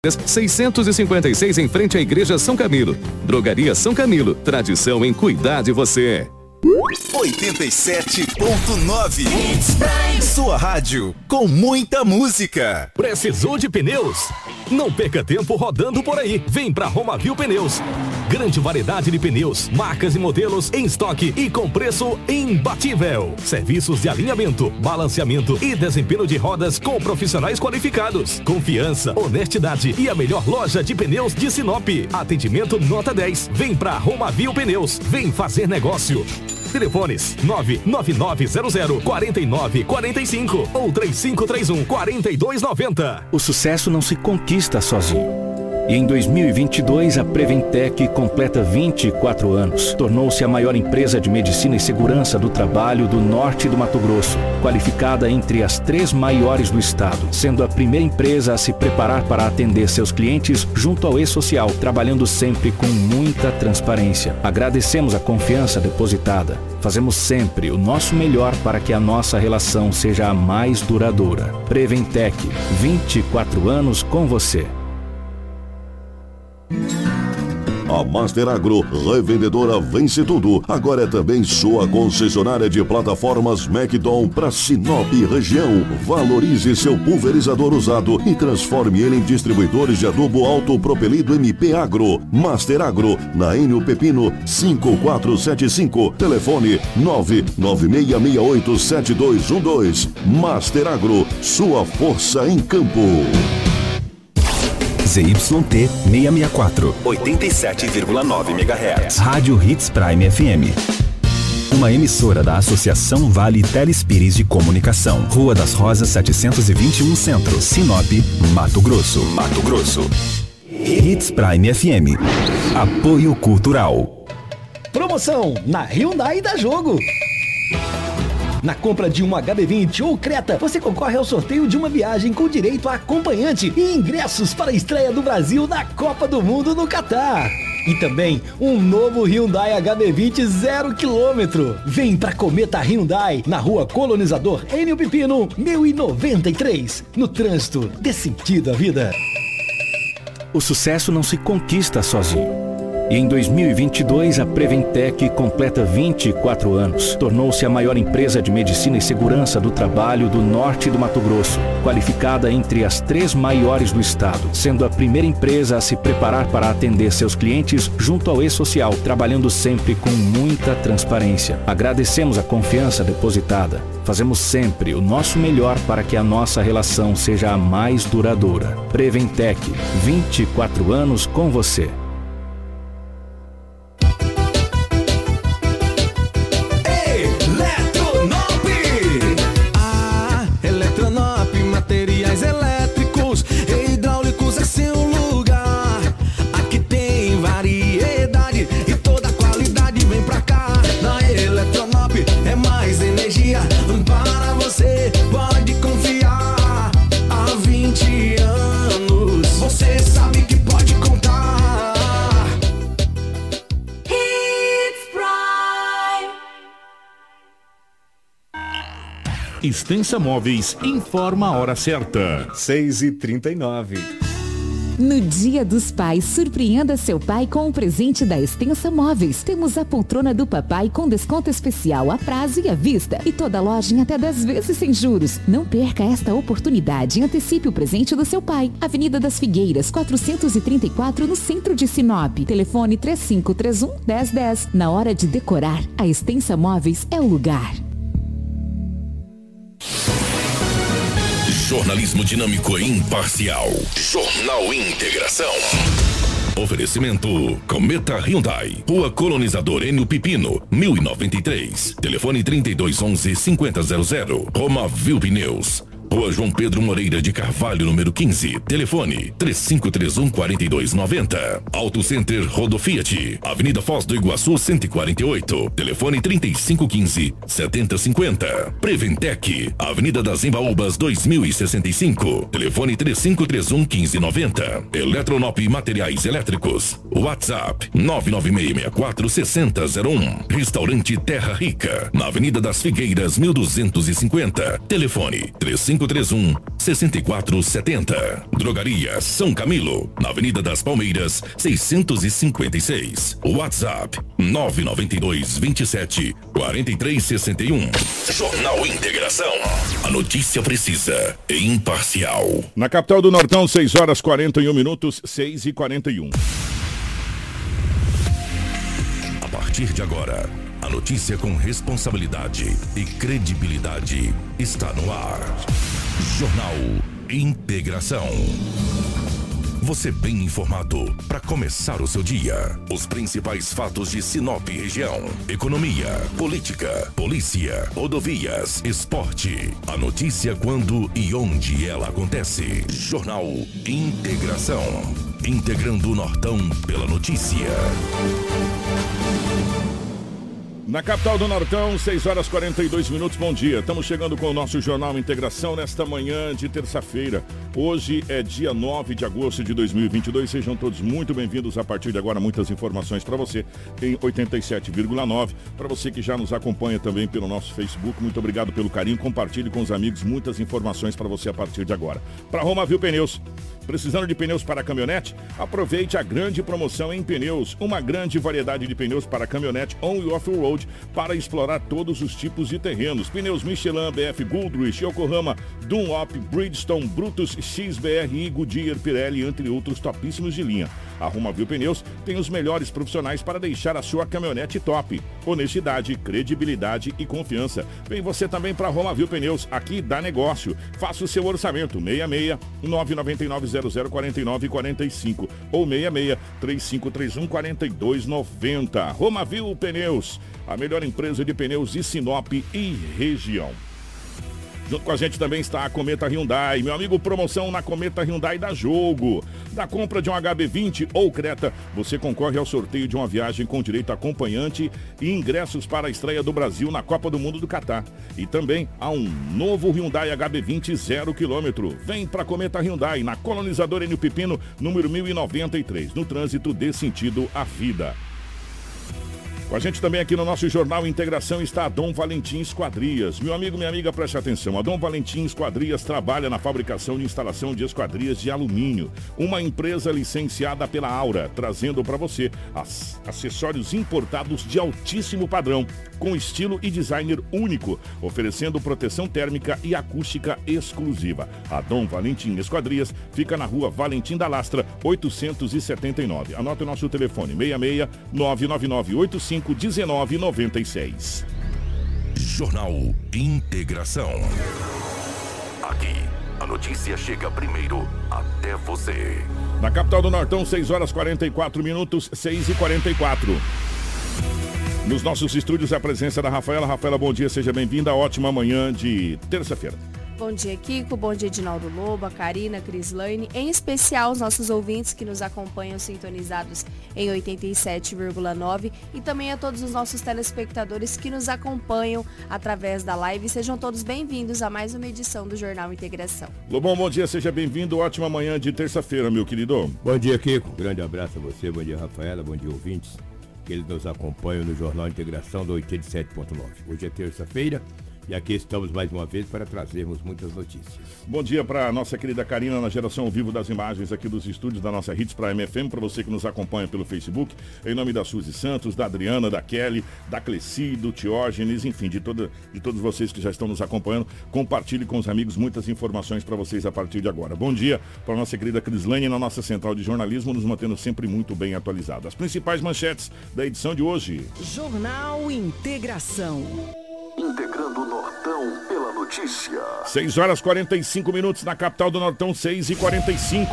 656 em frente à Igreja São Camilo. Drogaria São Camilo, tradição em cuidar de você. 87.9 Sua rádio com muita música. Precisou de pneus? Não perca tempo rodando por aí. Vem pra Romavil Pneus. Grande variedade de pneus, marcas e modelos em estoque e com preço imbatível. Serviços de alinhamento, balanceamento e desempenho de rodas com profissionais qualificados. Confiança, honestidade e a melhor loja de pneus de Sinop. Atendimento nota 10. Vem pra Romavil Pneus. Vem fazer negócio. Telefones 99900-4945 ou 3531-4290. O sucesso não se conquista sozinho. E em 2022, a Preventec completa 24 anos. Tornou-se a maior empresa de medicina e segurança do trabalho do norte do Mato Grosso, qualificada entre as 3 maiores do estado, sendo a primeira empresa a se preparar para atender seus clientes junto ao E-Social, trabalhando sempre com muita transparência. Agradecemos a confiança depositada. Fazemos sempre o nosso melhor para que a nossa relação seja a mais duradoura. Preventec, 24 anos com você. A Master Agro, revendedora Vence Tudo, agora é também sua concessionária de plataformas Macdon para Sinop e região. Valorize seu pulverizador usado e transforme ele em distribuidores de adubo autopropelido MP Agro. Master Agro, na Enio Pepino 5475, telefone 996687212. Master Agro, sua força em campo. ZYT 664, 87,9 MHz. Rádio Hits Prime FM. Uma emissora da Associação Vale Telespires de Comunicação. Rua das Rosas 721 Centro, Sinop, Mato Grosso. Mato Grosso. Hits Prime FM. Apoio Cultural. Promoção na Hyundai dá jogo. Na compra de um HB20 ou Creta, você concorre ao sorteio de uma viagem com direito a acompanhante e ingressos para a estreia do Brasil na Copa do Mundo no Catar. E também um novo Hyundai HB20 0 km. Vem pra Cometa Hyundai, na Rua Colonizador Enio Pepino, 1093. No trânsito, dê sentido à vida. O sucesso não se conquista sozinho. E em 2022, a Preventec completa 24 anos. Tornou-se a maior empresa de medicina e segurança do trabalho do norte do Mato Grosso, qualificada entre as 3 maiores do estado, sendo a primeira empresa a se preparar para atender seus clientes junto ao E-Social, trabalhando sempre com muita transparência. Agradecemos a confiança depositada. Fazemos sempre o nosso melhor para que a nossa relação seja a mais duradoura. Preventec, 24 anos com você. Extensa Móveis informa a hora certa. 6h39. No Dia dos Pais, surpreenda seu pai com o presente da Extensa Móveis. Temos a poltrona do papai com desconto especial a prazo e à vista. E toda loja em até 10 vezes sem juros. Não perca esta oportunidade e antecipe o presente do seu pai. Avenida das Figueiras, 434, no centro de Sinop. Telefone 3531-1010. Na hora de decorar, a Extensa Móveis é o lugar. Jornalismo dinâmico e imparcial. Jornal Integração. Oferecimento Cometa Hyundai. Rua Colonizador Enio Pepino, 1093. Telefone 3211-5000. Romavil Pneus. Rua João Pedro Moreira de Carvalho, número 15. Telefone 3531-4290. Auto Center Rodo Fiat. Avenida Foz do Iguaçu 148. Telefone 3515-7050. Preventec. Avenida das Embaúbas 2065. Telefone 3531-1590. Eletronop Materiais Elétricos. WhatsApp 99664-6001. Restaurante Terra Rica. Na Avenida das Figueiras 1250. Telefone 3531-1590. 3531-6470. Drogaria São Camilo, na Avenida das Palmeiras, 656. WhatsApp 992-27-4361. Jornal Integração. A notícia precisa e imparcial. Na capital do Nortão, 6h41, 6h41. A partir de agora, a notícia com responsabilidade e credibilidade está no ar. Jornal Integração. Você bem informado para começar o seu dia. Os principais fatos de Sinop e região. Economia, política, polícia, rodovias, esporte. A notícia quando e onde ela acontece. Jornal Integração. Integrando o Nortão pela notícia. Na capital do Nortão, 6h42, bom dia. Estamos chegando com o nosso Jornal Integração nesta manhã de terça-feira. Hoje é dia 9 de agosto de 2022. Sejam todos muito bem-vindos. A partir de agora, muitas informações para você em 87,9. Para você que já nos acompanha também pelo nosso Facebook, muito obrigado pelo carinho. Compartilhe com os amigos muitas informações para você a partir de agora. Para Romavil Pneus. Precisando de pneus para caminhonete? Aproveite a grande promoção em pneus. Uma grande variedade de pneus para caminhonete on e off-road para explorar todos os tipos de terrenos. Pneus Michelin, BF Goodrich, Yokohama, Dunlop, Bridgestone, Brutus, XBR, Goodyear, Pirelli, entre outros topíssimos de linha. A Romavil Pneus tem os melhores profissionais para deixar a sua caminhonete top. Honestidade, credibilidade e confiança. Vem você também para a Romavil Pneus. Aqui dá negócio. Faça o seu orçamento. 66 999 0049 45 ou 66 3531 4290. Romavil Pneus, a melhor empresa de pneus de Sinop e região. Junto com a gente também está a Cometa Hyundai. Meu amigo, promoção na Cometa Hyundai dá jogo. Da compra de um HB20 ou Creta, você concorre ao sorteio de uma viagem com direito a acompanhante e ingressos para a estreia do Brasil na Copa do Mundo do Catar. E também há um novo Hyundai HB20 0 km. Vem para a Cometa Hyundai, na Colonizador Enio Pipino, número 1093. No trânsito, dê sentido à vida. Com a gente também aqui no nosso Jornal Integração está a Dom Valentim Esquadrias. Meu amigo, minha amiga, preste atenção. A Dom Valentim Esquadrias trabalha na fabricação e instalação de esquadrias de alumínio. Uma empresa licenciada pela Aura, trazendo para você acessórios importados de altíssimo padrão, com estilo e designer único, oferecendo proteção térmica e acústica exclusiva. A Dom Valentim Esquadrias fica na rua Valentim da Lastra, 879. Anota o nosso telefone, 66 999 85 1996. Jornal Integração. Aqui, a notícia chega primeiro até você. Na capital do Nortão, 6h44, 6h44. Nos nossos estúdios, a presença da Rafaela. Rafaela, bom dia, seja bem-vinda. Ótima manhã de terça-feira. Bom dia, Kiko. Bom dia, Edinaldo Lobo, a Karina, Crislaine. Em especial, os nossos ouvintes que nos acompanham sintonizados em 87,9 e também a todos os nossos telespectadores que nos acompanham através da live. Sejam todos bem-vindos a mais uma edição do Jornal Integração. Lobão, bom dia, seja bem-vindo. Ótima manhã de terça-feira, meu querido. Bom dia, Kiko. Grande abraço a você. Bom dia, Rafaela. Bom dia, ouvintes. Que eles nos acompanham no Jornal Integração do 87,9. Hoje é terça-feira. E aqui estamos mais uma vez para trazermos muitas notícias. Bom dia para a nossa querida Karina na geração ao vivo das imagens aqui dos estúdios da nossa Hits Prime FM, para você que nos acompanha pelo Facebook, em nome da Suzy Santos, da Adriana, da Kelly, da Cleci, do Tiógenes, enfim, de todos vocês que já estão nos acompanhando. Compartilhe com os amigos muitas informações para vocês a partir de agora. Bom dia para a nossa querida Crislaine na nossa central de jornalismo, nos mantendo sempre muito bem atualizados. As principais manchetes da edição de hoje. Jornal Integração. Integrando o Nortão pela notícia. 6h45 na capital do Nortão, 6h45.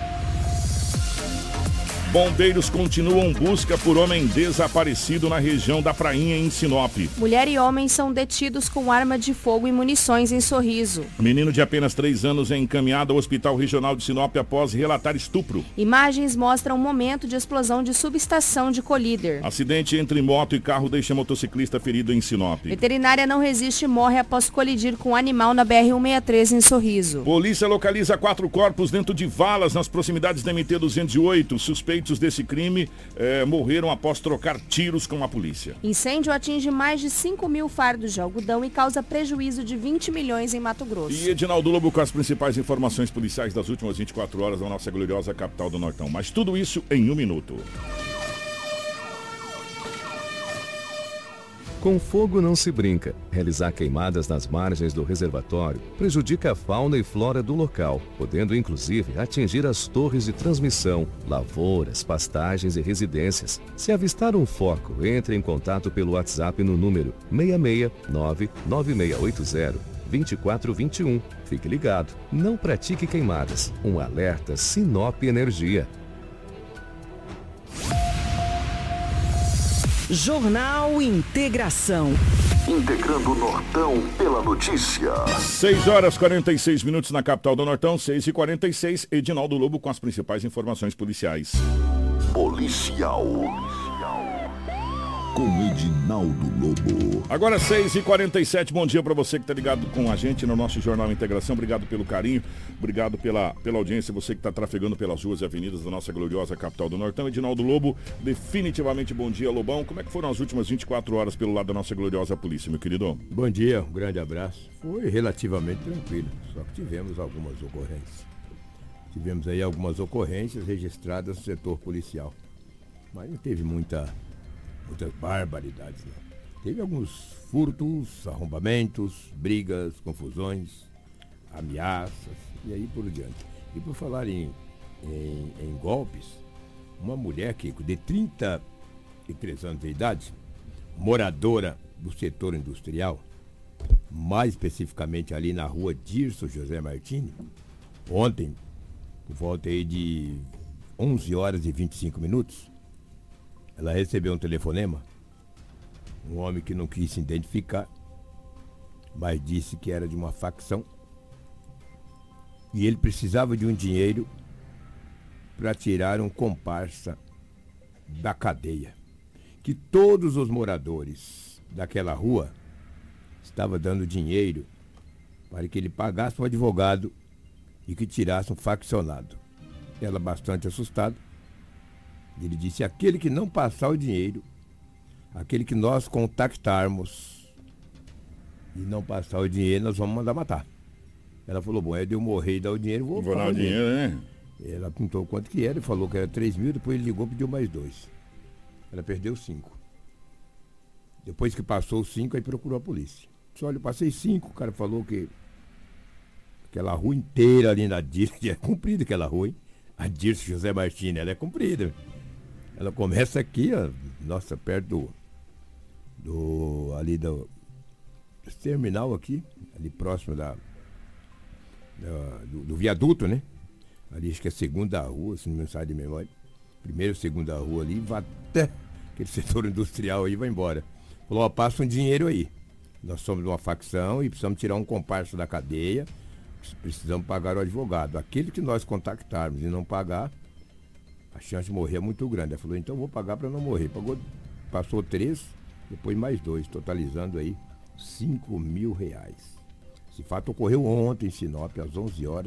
Bombeiros continuam busca por homem desaparecido na região da Prainha, em Sinop. Mulher e homem são detidos com arma de fogo e munições em Sorriso. Menino de apenas 3 anos é encaminhado ao Hospital Regional de Sinop após relatar estupro. Imagens mostram um momento de explosão de subestação de Colíder. Acidente entre moto e carro deixa motociclista ferido em Sinop. Veterinária não resiste e morre após colidir com um animal na BR-163 em Sorriso. Polícia localiza 4 corpos dentro de valas nas proximidades da MT-208. Suspeito suspeitos desse crime morreram após trocar tiros com a polícia. Incêndio atinge mais de 5 mil fardos de algodão e causa prejuízo de 20 milhões em Mato Grosso. E Edinaldo Lobo com as principais informações policiais das últimas 24 horas da nossa gloriosa capital do Nortão. Mas tudo isso em 1 minuto. Com fogo não se brinca. Realizar queimadas nas margens do reservatório prejudica a fauna e flora do local, podendo inclusive atingir as torres de transmissão, lavouras, pastagens e residências. Se avistar um foco, entre em contato pelo WhatsApp no número 669-9680-2421. Fique ligado, não pratique queimadas. Um alerta Sinop Energia. Jornal Integração. Integrando o Nortão pela notícia. 6h46 na capital do Nortão, 6h46. Edinaldo Lobo com as principais informações policiais. Policial. Com Edinaldo Lobo. Agora 6h47, bom dia para você que está ligado com a gente no nosso Jornal Integração. Obrigado pelo carinho, obrigado pela audiência, você que está trafegando pelas ruas e avenidas da nossa gloriosa capital do Nortão. Edinaldo Lobo, definitivamente bom dia, Lobão. Como é que foram as últimas 24 horas pelo lado da nossa gloriosa polícia, meu querido? Bom dia, um grande abraço. Foi relativamente tranquilo, só que tivemos algumas ocorrências. Tivemos aí algumas ocorrências registradas no setor policial, mas não teve muitas barbaridades, não. Teve alguns furtos, arrombamentos, brigas, confusões, ameaças e aí por diante. E por falar em golpes, uma mulher que de 33 anos de idade, moradora do setor industrial, mais especificamente ali na rua Dirso José Martini, ontem, por volta aí de 11h25, ela recebeu um telefonema, um homem que não quis se identificar, mas disse que era de uma facção e ele precisava de um dinheiro para tirar um comparsa da cadeia, que todos os moradores daquela rua estavam dando dinheiro para que ele pagasse um advogado e que tirasse um faccionado. Ela bastante assustada. Ele disse, aquele que não passar o dinheiro, aquele que nós contactarmos e não passar o dinheiro, nós vamos mandar matar. Ela falou, bom, é de eu morrer e dar o dinheiro, vou dar o dinheiro, né? Ela perguntou quanto que era, falou que era 3 mil, depois ele ligou e pediu mais 2. Ela perdeu 5. Depois que passou os 5, aí procurou a polícia. Só olha, eu passei 5, o cara falou que aquela rua inteira ali na Dirce, é comprida aquela rua, hein? A Dirce José Martini, ela é comprida. Ela começa aqui, ó, nossa, perto ali do terminal aqui, ali próximo do viaduto, né? Ali acho que é a segunda rua, se não me sai de memória. Primeira, segunda rua ali, vai até aquele setor industrial aí, vai embora. Falou, ó, passa um dinheiro aí. Nós somos uma facção e precisamos tirar um comparsa da cadeia, precisamos pagar o advogado. Aquele que nós contactarmos e não pagar, a chance de morrer é muito grande. Ela falou, então eu vou pagar para não morrer. Passou 3, depois mais 2, totalizando aí 5 mil reais. Esse fato ocorreu ontem em Sinop, às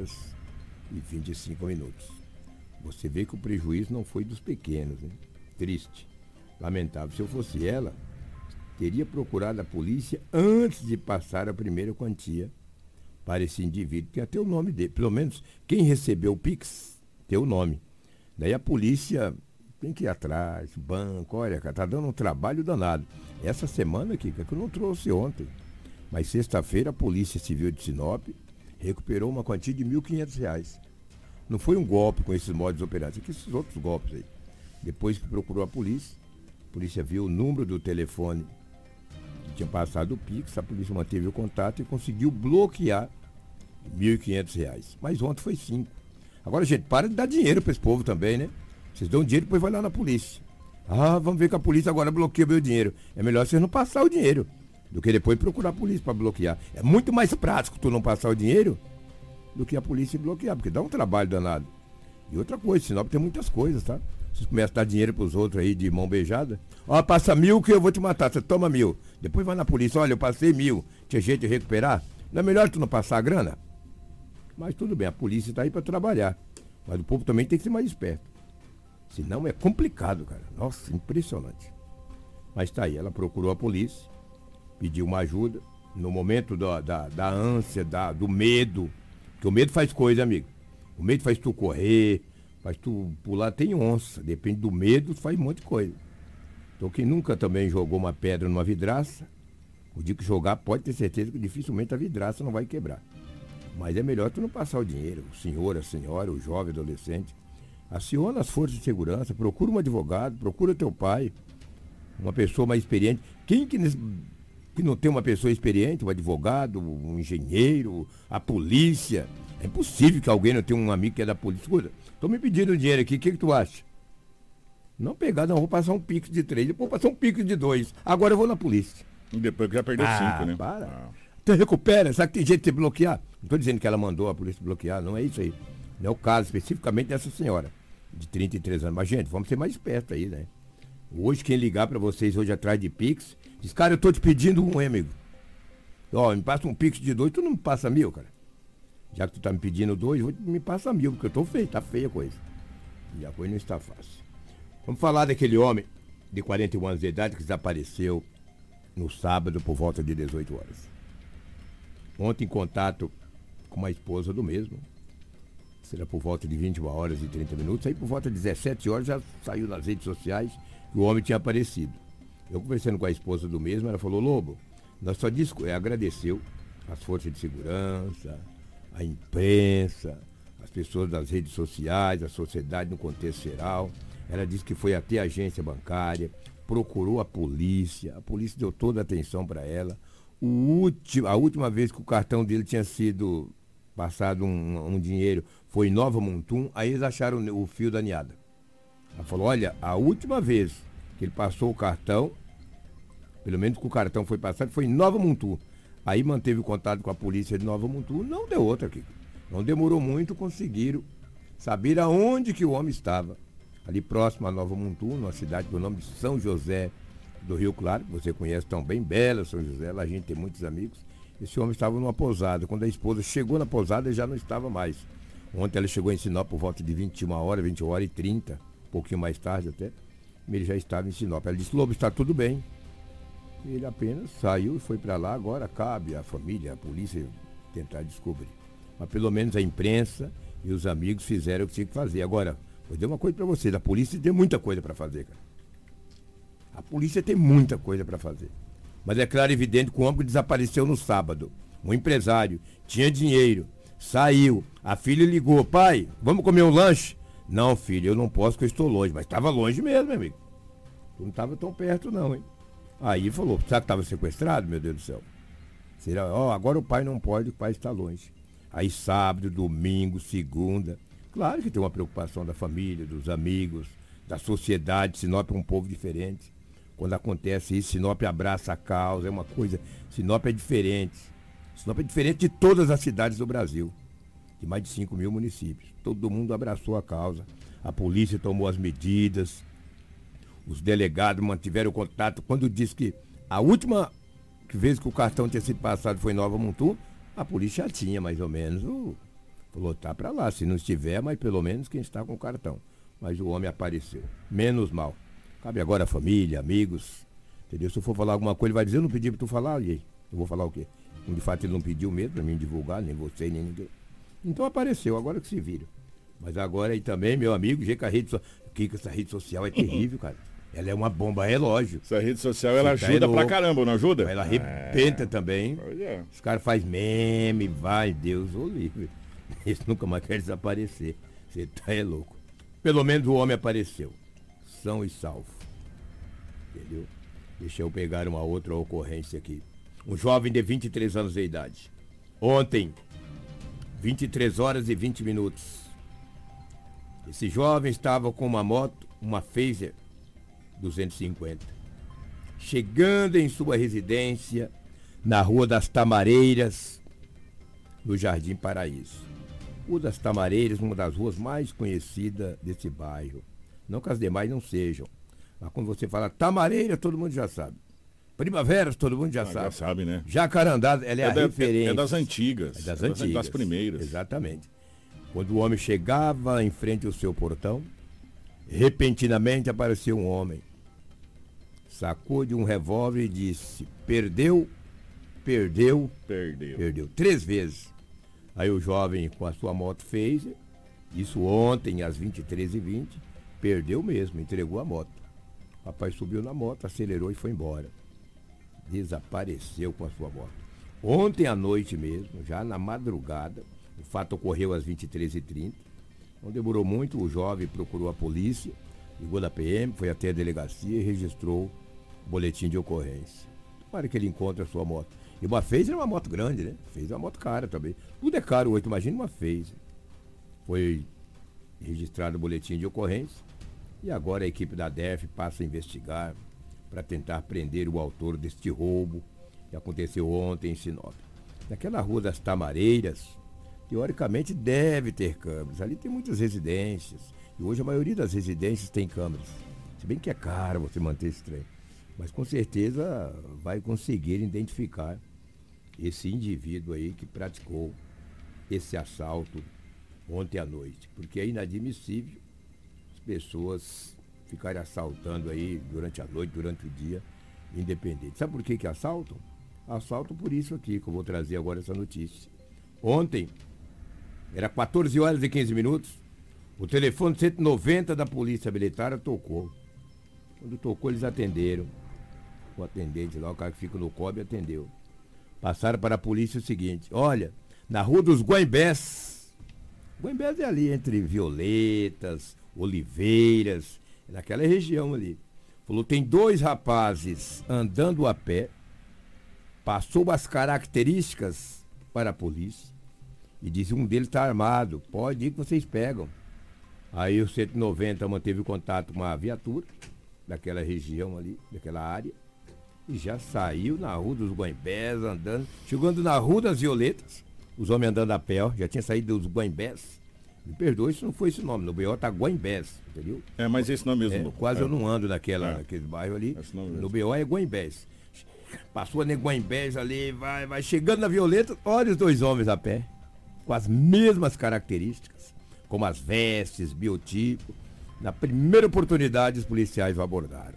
11h25. Você vê que o prejuízo não foi dos pequenos, né? Triste, lamentável. Se eu fosse ela, teria procurado a polícia antes de passar a primeira quantia para esse indivíduo. Tem até o nome dele, pelo menos quem recebeu o Pix tem o nome. Daí a polícia tem que ir atrás, banco, olha, cara, tá dando um trabalho danado. Essa semana aqui, que eu não trouxe ontem, mas sexta-feira a Polícia Civil de Sinop recuperou uma quantia de R$ 1.500. Não foi um golpe com esses modos operantes, que esses outros golpes aí. Depois que procurou a polícia viu o número do telefone que tinha passado o Pix, a polícia manteve o contato e conseguiu bloquear R$ 1.500. Mas ontem foi 5. Agora, gente, para de dar dinheiro para esse povo também, né? Vocês dão dinheiro e depois vai lá na polícia. Ah, vamos ver que a polícia agora bloqueia meu dinheiro. É melhor vocês não passar o dinheiro do que depois procurar a polícia para bloquear. É muito mais prático tu não passar o dinheiro do que a polícia bloquear, porque dá um trabalho danado. E outra coisa, Sinop tem muitas coisas, tá? Vocês começam a dar dinheiro pros outros aí de mão beijada. Ó, passa 1.000 que eu vou te matar, você toma 1.000. Depois vai na polícia, olha, eu passei 1.000, tinha jeito de recuperar. Não é melhor tu não passar a grana? Mas tudo bem, a polícia tá aí para trabalhar. Mas o povo também tem que ser mais esperto. Senão é complicado, cara. Nossa, impressionante. Mas tá aí, ela procurou a polícia, pediu uma ajuda. No momento da ânsia, do medo. Porque o medo faz coisa, amigo. O medo faz tu correr, faz tu pular, tem onça. Depende do medo, faz um monte de coisa. Então quem nunca também jogou uma pedra numa vidraça, o dia que jogar pode ter certeza que dificilmente a vidraça não vai quebrar. Mas é melhor tu não passar o dinheiro. O senhor, a senhora, o jovem, adolescente. Aciona as forças de segurança, procura um advogado, procura teu pai, uma pessoa mais experiente. Quem que não tem uma pessoa experiente, um advogado, um engenheiro, a polícia? É impossível que alguém não tenha um amigo que é da polícia. Escuta, tô me pedindo dinheiro aqui, o que tu acha? Não pegar, não, vou passar um pix de 3, depois vou passar um pix de 2. Agora eu vou na polícia. E depois que já perdeu 5, né? Para. Então recupera, sabe que tem jeito de você bloquear? Não estou dizendo que ela mandou a polícia bloquear, não é isso aí. Não é o caso especificamente dessa senhora, de 33 anos. Mas, gente, vamos ser mais espertos aí, né? Hoje, quem ligar para vocês hoje atrás de pix, diz, cara, eu tô te pedindo um, amigo. Ó, me passa um pix de 2, tu não me passa 1.000, cara. Já que tu tá me pedindo 2, me passa 1.000, porque eu tô feio, tá feia a coisa. E a coisa não está fácil. Vamos falar daquele homem de 41 anos de idade que desapareceu no sábado por volta de 18 horas. Ontem em contato com uma esposa do mesmo. Será por volta de 21 horas e 30 minutos. Aí por volta de 17 horas já saiu nas redes sociais que o homem tinha aparecido. Eu conversando com a esposa do mesmo, ela falou, Lobo, nós só agradeceu as forças de segurança, a imprensa, as pessoas das redes sociais, a sociedade no contexto geral. Ela disse que foi até a agência bancária, procurou a polícia deu toda a atenção para ela. A última vez que o cartão dele tinha sido passado um dinheiro foi em Nova Mutum, aí eles acharam o fio da ninhada. Ela falou, olha, a última vez que ele passou o cartão, pelo menos que o cartão foi passado, foi em Nova Mutum. Aí manteve o contato com a polícia de Nova Mutum, não deu outra aqui. Não demorou muito, conseguiram saber aonde que o homem estava. Ali próximo a Nova Mutum, numa cidade com o nome de São José do Rio Claro, que você conhece tão bem, bela São José, lá a gente tem muitos amigos. Esse homem estava numa pousada. Quando a esposa chegou na pousada, ele já não estava mais. Ontem ela chegou em Sinop por volta de 21 horas e 30, um pouquinho mais tarde até. Ele já estava em Sinop. Ela disse, Lobo, está tudo bem. Ele apenas saiu e foi para lá. Agora cabe à família, à polícia tentar descobrir. Mas pelo menos a imprensa e os amigos fizeram o que tinha que fazer. Agora, vou dizer uma coisa para vocês, a polícia tem muita coisa para fazer, cara. A polícia tem muita coisa para fazer. Mas é claro e evidente que o homem desapareceu no sábado. Um empresário, tinha dinheiro, saiu, a filha ligou, pai, vamos comer um lanche? Não, filho, eu não posso porque eu estou longe. Mas estava longe mesmo, meu amigo. Tu não estava tão perto não, hein? Aí falou, sabe que estava sequestrado, meu Deus do céu? Será, agora o pai não pode, o pai está longe. Aí sábado, domingo, segunda. Claro que tem uma preocupação da família, dos amigos, da sociedade. Sinop é um povo diferente. Quando acontece isso, Sinop abraça a causa, é uma coisa. Sinop é diferente. Sinop é diferente de todas as cidades do Brasil, de mais de 5 mil municípios. Todo mundo abraçou a causa. A polícia tomou as medidas. Os delegados mantiveram contato. Quando disse que a última vez que o cartão tinha sido passado foi em Nova Mutum, a polícia já tinha mais ou menos. Falou, tá pra lá. Se não estiver, mas pelo menos quem está com o cartão. Mas o homem apareceu. Menos mal. Cabe agora a família, amigos. Entendeu? Se eu for falar alguma coisa, ele vai dizer, eu não pedi pra tu falar, e aí? Eu vou falar o quê? De fato ele não pediu mesmo pra mim divulgar, nem você, nem ninguém. Então apareceu, agora que se vira. Mas agora aí também, meu amigo, que essa rede social é terrível, cara. Ela é uma bomba relógio. Essa rede social, ela ajuda pra caramba, não ajuda? Ela arrebenta também. É. Os caras fazem meme, vai, Deus o livre. Esse nunca mais quer desaparecer. Você tá louco. Pelo menos o homem apareceu. São e salvo. Entendeu? Deixa eu pegar uma outra ocorrência aqui. Um jovem de 23 anos de idade. Ontem, 23 horas e 20 minutos. Esse jovem estava com uma moto, uma Phaser 250. Chegando em sua residência, na Rua das Tamareiras, no Jardim Paraíso. Rua das Tamareiras, uma das ruas mais conhecidas desse bairro. Não que as demais não sejam. Mas quando você fala Tamareira, todo mundo já sabe. Primaveras, todo mundo já sabe. Já sabe, né? Jacarandá, ela é a referência. É das antigas. É das antigas. Das primeiras. Exatamente. Quando o homem chegava em frente ao seu portão, Repentinamente apareceu um homem. Sacou de um revólver e disse: perdeu. 3 vezes. Aí o jovem com a sua moto fez, isso ontem às 23h20, perdeu mesmo, entregou a moto. O rapaz subiu na moto, acelerou e foi embora. Desapareceu com a sua moto. Ontem à noite mesmo, já na madrugada, o fato ocorreu às 23h30. Não demorou muito, o jovem procurou a polícia, ligou da PM, foi até a delegacia e registrou o boletim de ocorrência. Tomara que ele encontre a sua moto. E uma Phaser é uma moto grande, né? Phaser é uma moto cara também. Tudo é caro hoje, imagina uma Phaser. Foi registrado o boletim de ocorrência e agora a equipe da DERF passa a investigar para tentar prender o autor deste roubo que aconteceu ontem em Sinop. Naquela rua das Tamareiras, teoricamente deve ter câmeras. Ali tem muitas residências e hoje a maioria das residências tem câmeras. Se bem que é caro você manter esse trem. Mas com certeza vai conseguir identificar esse indivíduo aí que praticou esse assalto ontem à noite. Porque é inadmissível as pessoas ficarem assaltando aí durante a noite, durante o dia, independente. Sabe por que assaltam? Assaltam por isso aqui, que eu vou trazer agora essa notícia. Ontem, era 14h15, o telefone 190 da Polícia Militar tocou. Quando tocou, eles atenderam. O atendente lá, o cara que fica no COB, atendeu. Passaram para a polícia o seguinte: olha, na rua dos Guaimbés. Guaimbés é ali entre Violetas, Oliveiras, naquela região ali. Falou, tem 2 rapazes andando a pé, passou as características para a polícia e disse: um deles está armado, pode ir que vocês pegam. Aí o 190 manteve contato com uma viatura daquela região ali, daquela área, e já saiu na rua dos Guaimbés andando, chegando na rua das Violetas, os homens andando a pé, ó, já tinha saído dos Guaimbés. Me perdoe se não foi esse nome, no BO tá Guaimbés, entendeu? É, mas esse nome mesmo. Quase eu não ando naquele bairro ali, no BO é Guaimbés. Passou a Guaimbés ali, vai chegando na Violeta, olha os 2 homens a pé, com as mesmas características, como as vestes, biotipo. Na primeira oportunidade, os policiais o abordaram.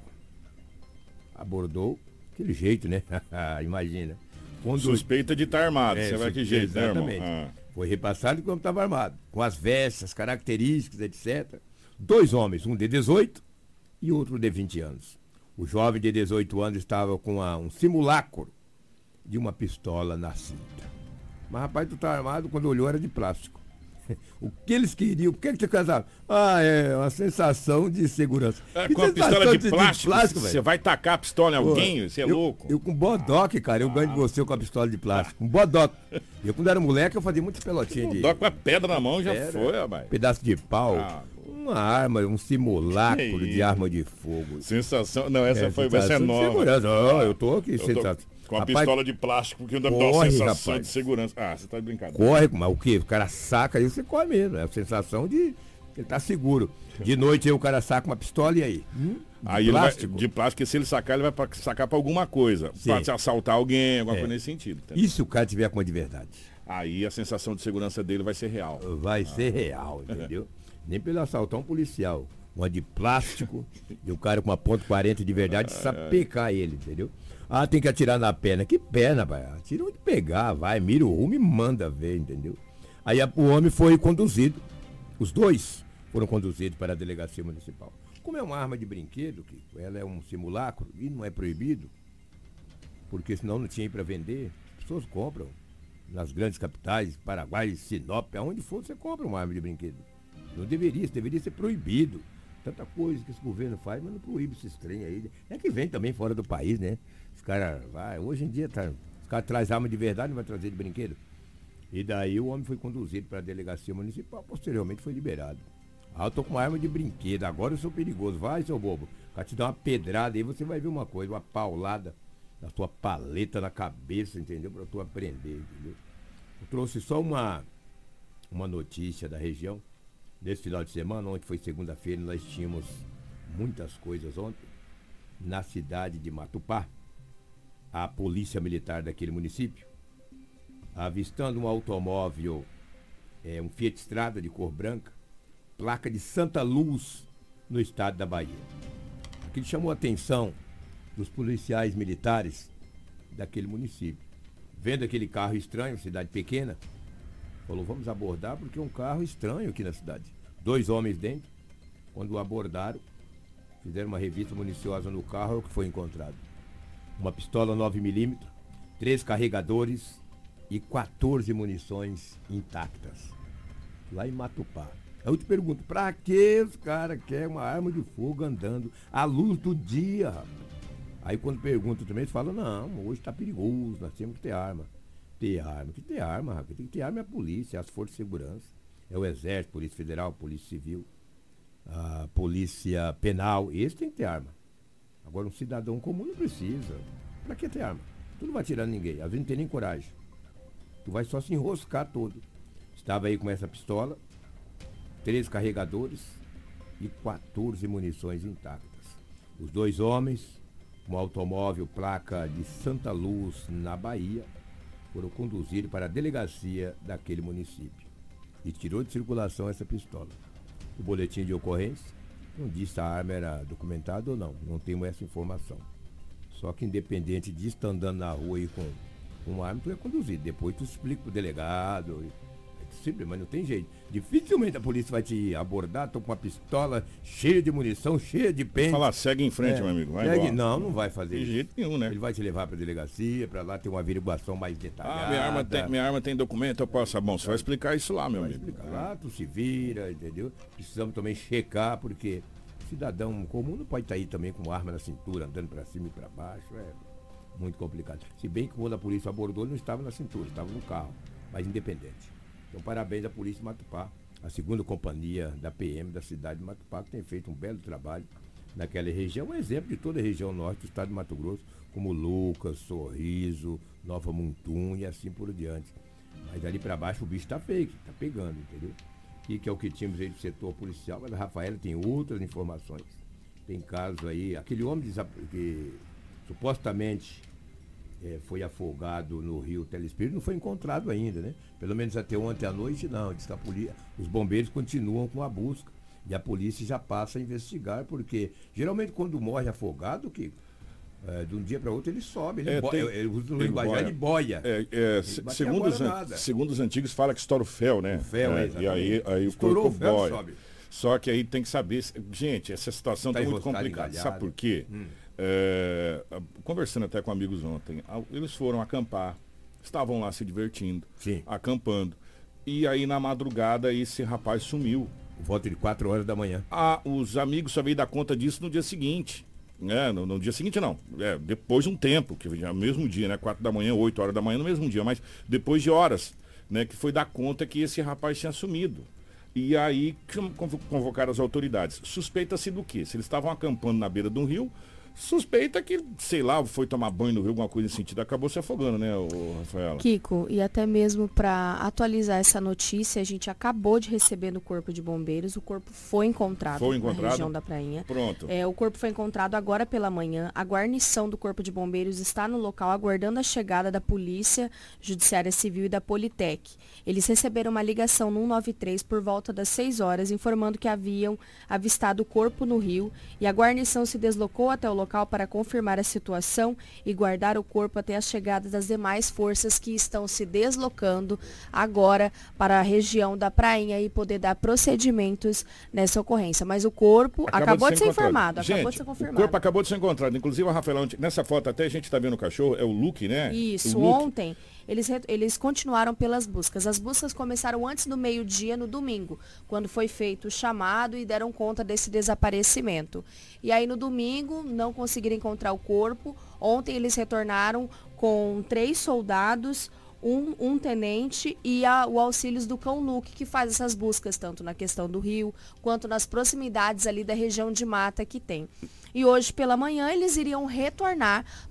Abordou, aquele jeito, né? Imagina. Suspeita de estar armado, você vai que jeito, exatamente, né, irmão? Foi repassado como estava armado, com as vestes, as características, etc. 2 homens, um de 18 e outro de 20 anos. O jovem de 18 anos estava com um simulacro de uma pistola na cinta. Mas, rapaz, tu tá armado, quando olhou era de plástico. O que eles queriam? Por que você casava? É uma sensação de segurança. Com a pistola de plástico, você vai tacar a pistola em alguém? Você é louco? Eu com bodoque, cara, eu ganho de você com a pistola de plástico. Com bodoque. Eu quando era moleque, eu fazia muitas pelotinhas de... Bodoque com a pedra na mão já foi, rapaz. Pedaço de pau. Uma arma, um simulacro de arma de fogo. Sensação... Não, essa é nova. Não, eu tô aqui, sensação. Com a pistola de plástico, porque dá uma sensação de segurança. Você tá de brincadeira. Corre, mas o quê? O cara saca e você corre mesmo. É a sensação de ele tá seguro. De noite aí o cara saca uma pistola e aí? Aí ele vai, de plástico, se ele sacar, ele vai sacar pra alguma coisa. Sim. Pra assaltar alguém, alguma coisa nesse sentido. Entendeu? E se o cara tiver com uma de verdade? Aí a sensação de segurança dele vai ser real. Vai ser real, entendeu? Nem pelo assaltar um policial. Uma de plástico e o cara com uma .40 de verdade sapecar ele, entendeu? Tem que atirar na perna. Que perna, vai? Atira onde pegar, vai, mira o rumo e manda ver, entendeu? Aí o homem foi conduzido, os 2 foram conduzidos para a delegacia municipal. Como é uma arma de brinquedo, ela é um simulacro e não é proibido, porque senão não tinha para vender, as pessoas compram. Nas grandes capitais, Paraguai, Sinop, aonde for, você compra uma arma de brinquedo. Não deveria ser proibido. Tanta coisa que esse governo faz, mas não proíbe esses trem aí. É que vem também fora do país, né? Os caras, hoje em dia, os caras trazem arma de verdade, não vai trazer de brinquedo. E daí o homem foi conduzido para a delegacia municipal, posteriormente foi liberado. Eu tô com uma arma de brinquedo, agora eu sou perigoso. Vai, seu bobo. O cara te dá uma pedrada aí, você vai ver uma coisa, uma paulada na tua paleta na cabeça, entendeu? Para tu aprender, entendeu? Eu trouxe só uma notícia da região. Nesse final de semana, ontem foi segunda-feira, nós tínhamos muitas coisas ontem. Na cidade de Matupá, a polícia militar daquele município, avistando um automóvel, um Fiat Strada de cor branca, placa de Santa Luz, no estado da Bahia. Aquilo chamou a atenção dos policiais militares daquele município. Vendo aquele carro estranho, cidade pequena, falou, vamos abordar porque é um carro estranho aqui na cidade. 2 homens dentro, quando o abordaram, fizeram uma revista municiosa no carro, é o que foi encontrado. Uma pistola 9mm, 3 carregadores e 14 munições intactas. Lá em Matupá. Eu te pergunto, pra que os caras querem uma arma de fogo andando à luz do dia, rapaz? Aí quando perguntam também, eles falam, não, hoje tá perigoso, nós temos que ter arma. Ter arma? Que ter arma, rapaz? Tem que ter arma é a polícia, é as forças de segurança. É o Exército, Polícia Federal, Polícia Civil, a Polícia Penal, esse tem que ter arma. Agora um cidadão comum não precisa. Pra que ter arma? Tu não vai tirar ninguém, às vezes não tem nem coragem. Tu vai só se enroscar todo. Estava aí com essa pistola, 3 carregadores e 14 munições intactas. Os 2 homens, um automóvel placa de Santa Luz, na Bahia, foram conduzidos para a delegacia daquele município e tirou de circulação essa pistola. O boletim de ocorrência não diz se a arma era documentada ou não temos essa informação. Só que independente de estar andando na rua aí com uma arma, tu é conduzido. Depois tu explica pro delegado. Simples, mas não tem jeito. Dificilmente a polícia vai te abordar, tô com uma pistola cheia de munição, cheia de pente. Falar, segue em frente, meu amigo. Vai não vai fazer isso. De jeito nenhum, né? Ele vai te levar pra delegacia, pra lá ter uma averiguação mais detalhada. Minha arma tem documento, eu posso. Bom, você vai explicar isso lá, meu amigo. Explicar lá, tu se vira, entendeu? Precisamos também checar, porque cidadão comum não pode estar aí também com arma na cintura, andando pra cima e pra baixo. É muito complicado. Se bem que quando a polícia abordou, ele não estava na cintura, estava no carro, mas independente. Então, parabéns à Polícia de Matupá, a 2ª companhia da PM da cidade de Matupá, que tem feito um belo trabalho naquela região, um exemplo de toda a região norte do estado de Mato Grosso, como Lucas, Sorriso, Nova Mutum e assim por diante. Mas ali para baixo o bicho tá feio, tá pegando, entendeu? E que é o que tínhamos aí do setor policial, mas a Rafaela tem outras informações. Tem casos aí, aquele homem que supostamente foi afogado no rio Telespírito, não foi encontrado ainda, né? Pelo menos até ontem à noite, não. Diz que os bombeiros continuam com a busca e a polícia já passa a investigar, porque geralmente quando morre afogado, de um dia para outro ele sobe, ele usa no linguajar de boia. Segundo os antigos, fala que estoura o fel, né? O fel, e aí o corpo boia. Sobe. Só que aí tem que saber, gente, essa situação está muito complicada. Sabe por quê? Conversando até com amigos ontem, eles foram acampar, estavam lá se divertindo, acampando, e aí na madrugada esse rapaz sumiu. Por volta de 4 horas da manhã. Os amigos só veio dar conta disso no dia seguinte. No dia seguinte não, depois de um tempo, que já no mesmo dia, né? 4 da manhã, 8 horas da manhã no mesmo dia, mas depois de horas, né? Que foi dar conta que esse rapaz tinha sumido. E aí convocaram as autoridades. Suspeita-se do quê? Se eles estavam acampando na beira de um rio, suspeita que, sei lá, foi tomar banho no rio, alguma coisa nesse sentido, acabou se afogando, né, Rafaela? Kiko, e até mesmo para atualizar essa notícia, a gente acabou de receber no Corpo de Bombeiros, o corpo foi encontrado na região da Prainha. Pronto. O corpo foi encontrado agora pela manhã, a guarnição do Corpo de Bombeiros está no local aguardando a chegada da Polícia Judiciária Civil e da Politec. Eles receberam uma ligação no 193 por volta das 6 horas, informando que haviam avistado o corpo no rio e a guarnição se deslocou até o local para confirmar a situação e guardar o corpo até a chegada das demais forças que estão se deslocando agora para a região da Prainha e poder dar procedimentos nessa ocorrência. Mas o corpo acabou de ser informado, gente, acabou de ser confirmado. O corpo acabou de ser encontrado. Inclusive a Rafaela, nessa foto até a gente está vendo o cachorro, é o Luke, né? Isso, ontem eles continuaram pelas buscas. As buscas começaram antes do meio-dia no domingo, quando foi feito o chamado e deram conta desse desaparecimento. E aí no domingo não conseguiram encontrar o corpo. Ontem eles retornaram com 3 soldados, um tenente e o auxílio do cão Luke, que faz essas buscas tanto na questão do rio, quanto nas proximidades ali da região de mata que tem. E hoje pela manhã eles iriam retornar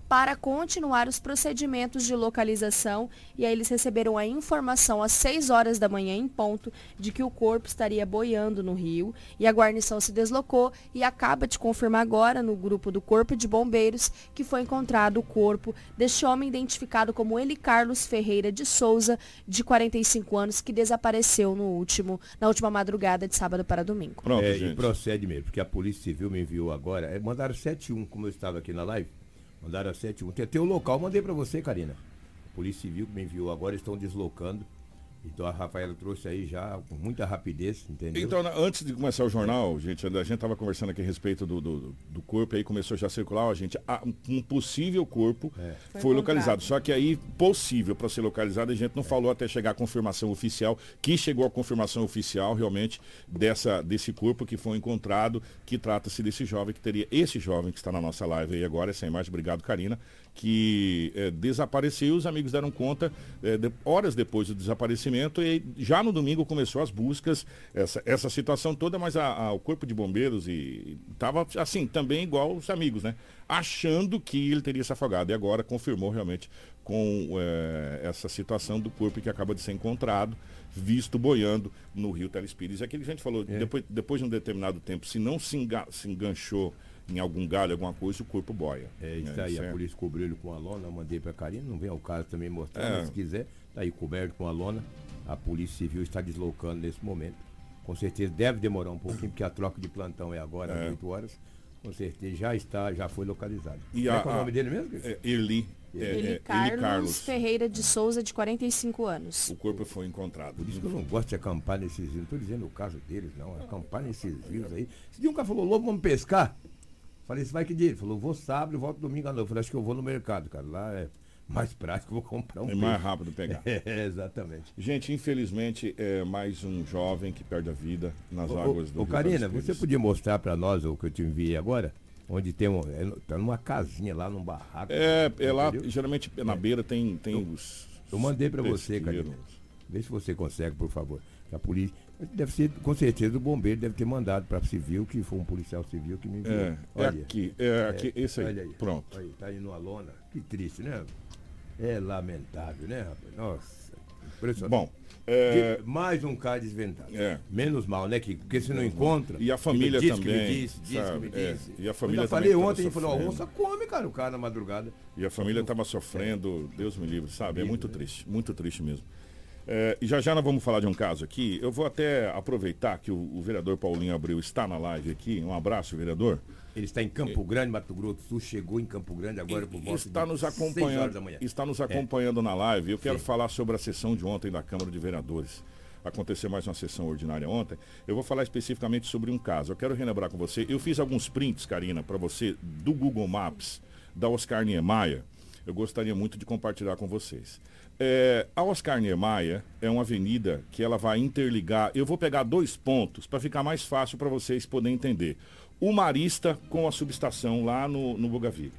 para continuar os procedimentos de localização. E aí eles receberam a informação às 6 horas da manhã em ponto de que o corpo estaria boiando no rio, e a guarnição se deslocou e acaba de confirmar agora no grupo do Corpo de Bombeiros que foi encontrado o corpo deste homem identificado como Eli Carlos Ferreira de Souza, de 45 anos, que desapareceu na última madrugada de sábado para domingo. Pronto, e procede mesmo, porque a Polícia Civil me enviou agora, mandaram 71, como eu estava aqui na live, mandaram 71. Tem o local, mandei para você, Karina. A Polícia Civil que me enviou agora, estão deslocando. Então a Rafaela trouxe aí já com muita rapidez, entendeu? Então, antes de começar o jornal, a gente estava conversando aqui a respeito do corpo, aí começou já a circular, um possível corpo foi localizado. Só que aí, possível para ser localizado, a gente não falou até chegar a confirmação oficial, que chegou a confirmação oficial realmente desse corpo que foi encontrado, que trata-se desse jovem esse jovem que está na nossa live aí agora, essa imagem, obrigado, Karina, que desapareceu. Os amigos deram conta horas depois do desaparecimento, e já no domingo começou as buscas, essa situação toda, mas o Corpo de Bombeiros estava assim, também igual os amigos, né? Achando que ele teria se afogado, e agora confirmou realmente com essa situação do corpo que acaba de ser encontrado, visto boiando no rio Telespires. É aquilo que a gente falou, depois de um determinado tempo, se não se enganchou em algum galho, alguma coisa, o corpo boia. Isso aí, a polícia cobriu ele com a lona, eu mandei para a Karina, não vem ao caso também mostrar, mas se quiser, tá aí coberto com a lona. A Polícia Civil está deslocando nesse momento. Com certeza deve demorar um pouquinho, porque a troca de plantão é agora às 8 horas. Com certeza já foi localizado. E qual é o nome dele mesmo? Eli Carlos Ferreira de Souza, de 45 anos. O corpo foi encontrado. Por isso que eu não gosto de acampar nesses rios. Não estou dizendo o caso deles, não. Acampar nesses rios aí. Esse dia um cara falou, Lobo, vamos pescar? Falei, você vai que dia? Ele falou, vou sábado e volto domingo à noite. Eu falei, acho que eu vou no mercado, cara. Lá é mais prático, vou comprar peixe. Mais rápido pegar. Exatamente. Gente, infelizmente, é mais um jovem que perde a vida nas águas do Rio Karina, você podia mostrar para nós o que eu te enviei agora? Onde tem tá numa casinha lá, num barraco. Lá, geralmente na beira tem os... Eu mandei para você, Karina. Vê se você consegue, por favor. A polícia... Deve ser, com certeza, o bombeiro deve ter mandado para civil, que foi um policial civil que me enviou. Aqui, esse aí. Olha aí. Pronto. Aí, tá aí numa lona. Que triste, né? É lamentável, né, rapaz? Nossa, impressionante. Bom, mais um cara desvendado. Menos mal, né? Porque você não encontra. E a família diz também. Que me disse. E a família eu falei ontem, ele falou, onça come, cara, o cara na madrugada. E a família estava sofrendo, Deus me livre, sabe? É muito triste mesmo. E já nós vamos falar de um caso aqui. Eu vou até aproveitar que o vereador Paulinho Abreu está na live aqui. Um abraço, vereador. Ele está em Campo Grande, Mato Grosso do Sul, chegou em Campo Grande agora por volta de 6 horas da manhã. Está nos acompanhando na live. Eu quero falar sobre a sessão de ontem da Câmara de Vereadores. Aconteceu mais uma sessão ordinária ontem. Eu vou falar especificamente sobre um caso. Eu quero relembrar com você. Eu fiz alguns prints, Karina, para você, do Google Maps, da Oscar Niemeyer. Eu gostaria muito de compartilhar com vocês. A Oscar Niemeyer é uma avenida que ela vai interligar. Eu vou pegar 2 pontos para ficar mais fácil para vocês poderem entender. O Marista com a subestação lá no Bougainville.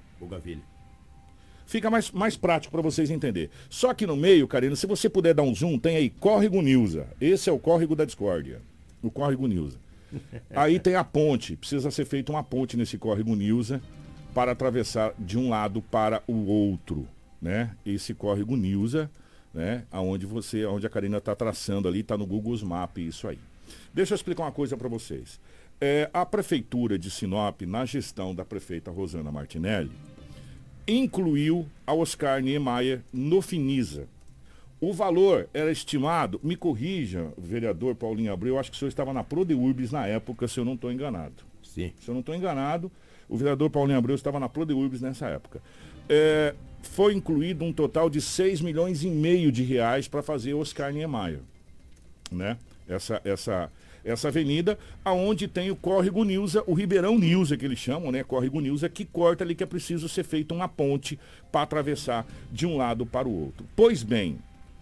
Fica mais prático para vocês entenderem. Só que no meio, Karina, se você puder dar um zoom, tem aí Córrego Nilza. Esse é o Córrego da Discórdia. O Córrego Nilza. Aí tem a ponte. Precisa ser feita uma ponte nesse Córrego Nilza para atravessar de um lado para o outro, né? Esse Córrego Nilza, né? Onde a Karina está traçando ali, está no Google Maps, isso aí. Deixa eu explicar uma coisa para vocês. A Prefeitura de Sinop, na gestão da prefeita Rosana Martinelli, incluiu a Oscar Niemeyer no Finisa. O valor era estimado, me corrija, vereador Paulinho Abreu, eu acho que o senhor estava na Prodeurbis na época, se eu não estou enganado. Sim. Se eu não estou enganado, o vereador Paulinho Abreu estava na Prodeurbis nessa época. Foi incluído um total de 6,5 milhões de reais para fazer Oscar Niemeyer, né? Essa avenida, aonde tem o Córrego Nilza, o Ribeirão Nilza, que eles chamam, né? Córrego Nilza, que corta ali, que é preciso ser feita uma ponte para atravessar de um lado para o outro. Pois bem,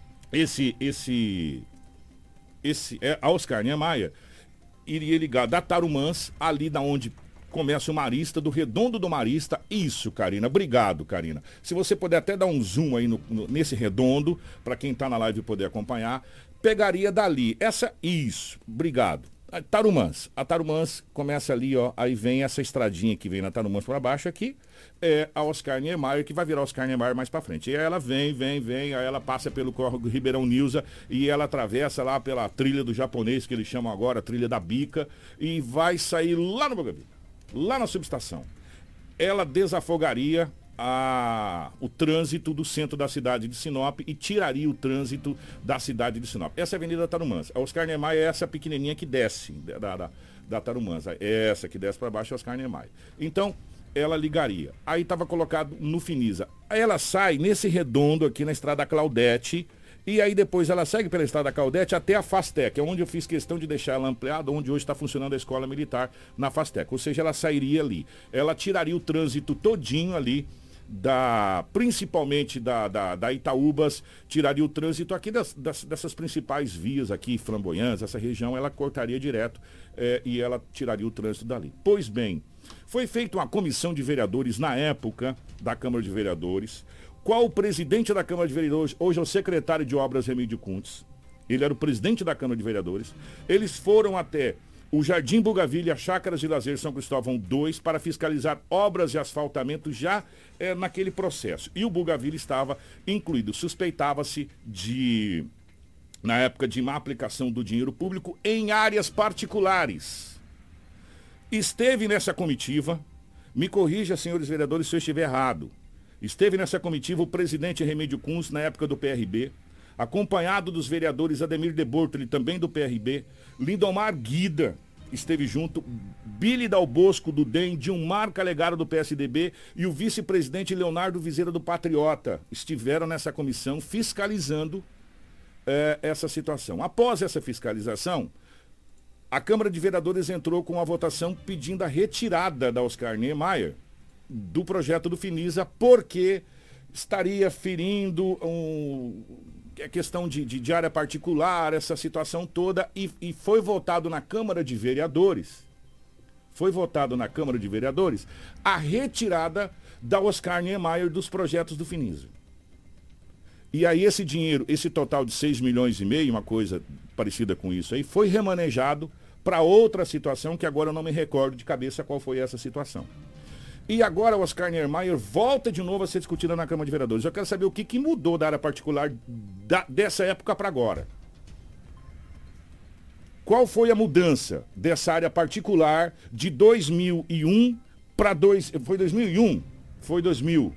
a Oscar Niemeyer iria ligar da Tarumãs, ali da onde começa o Marista, do Redondo do Marista. Isso, Karina. Obrigado, Karina. Se você puder até dar um zoom aí nesse redondo, para quem está na live poder acompanhar, pegaria dali. Isso, obrigado. Tarumãs. A Tarumãs começa ali, ó, aí vem essa estradinha que vem na Tarumãs para baixo aqui, é a Oscar Niemeyer, que vai virar Oscar Niemeyer mais para frente. E aí ela vem, aí ela passa pelo córrego Ribeirão Nilza e ela atravessa lá pela trilha do japonês, que eles chamam agora, a trilha da Bica, e vai sair lá no Bogaville, lá na subestação. Ela desafogaria o trânsito do centro da cidade de Sinop e tiraria o trânsito da cidade de Sinop. Essa é a Avenida Tarumãs. A Oscar Niemeyer é essa pequenininha que desce da Tarumãs. Essa que desce para baixo é a Oscar Niemeyer. Então, ela ligaria. Aí estava colocado no Finisa. Aí ela sai nesse redondo aqui na Estrada Claudete e aí depois ela segue pela Estrada Claudete até a Fastec, é onde eu fiz questão de deixar ela ampliada, onde hoje está funcionando a Escola Militar na Fastec. Ou seja, ela sairia ali. Ela tiraria o trânsito todinho ali, principalmente da Itaúbas, tiraria o trânsito aqui dessas principais vias aqui, Flamboyants, essa região, ela cortaria direto e ela tiraria o trânsito dali. Pois bem, foi feita uma comissão de vereadores na época da Câmara de Vereadores, qual o presidente da Câmara de Vereadores, hoje é o secretário de Obras Remídio Kuntz, ele era o presidente da Câmara de Vereadores, eles foram até o Jardim Bougainville, a Chácaras de Lazer São Cristóvão 2, para fiscalizar obras de asfaltamento já naquele processo. E o Bougainville estava incluído. Suspeitava-se na época, de má aplicação do dinheiro público em áreas particulares. Esteve nessa comitiva, me corrija, senhores vereadores, se eu estiver errado. Esteve nessa comitiva o presidente Remídio Kuntz, na época do PRB, acompanhado dos vereadores Ademir de Bortoli, também do PRB, Lindomar Guida esteve junto, Billy Dal Bosco do DEM, Dilmar Calegaro do PSDB e o vice-presidente Leonardo Viseira do Patriota estiveram nessa comissão fiscalizando essa situação. Após essa fiscalização, a Câmara de Vereadores entrou com a votação pedindo a retirada da Oscar Niemeyer do projeto do Finisa, porque estaria ferindo a questão de área particular, essa situação toda, e foi votado na Câmara de Vereadores, a retirada da Oscar Niemeyer dos projetos do Finisa. E aí esse dinheiro, esse total de 6,5 milhões, uma coisa parecida com isso aí, foi remanejado para outra situação que agora eu não me recordo de cabeça qual foi essa situação. E agora o Oscar Niemeyer volta de novo a ser discutida na Câmara de Vereadores. Eu quero saber o que mudou da área particular dessa época para agora. Qual foi a mudança dessa área particular de 2001 para... Foi 2001? Foi 2000.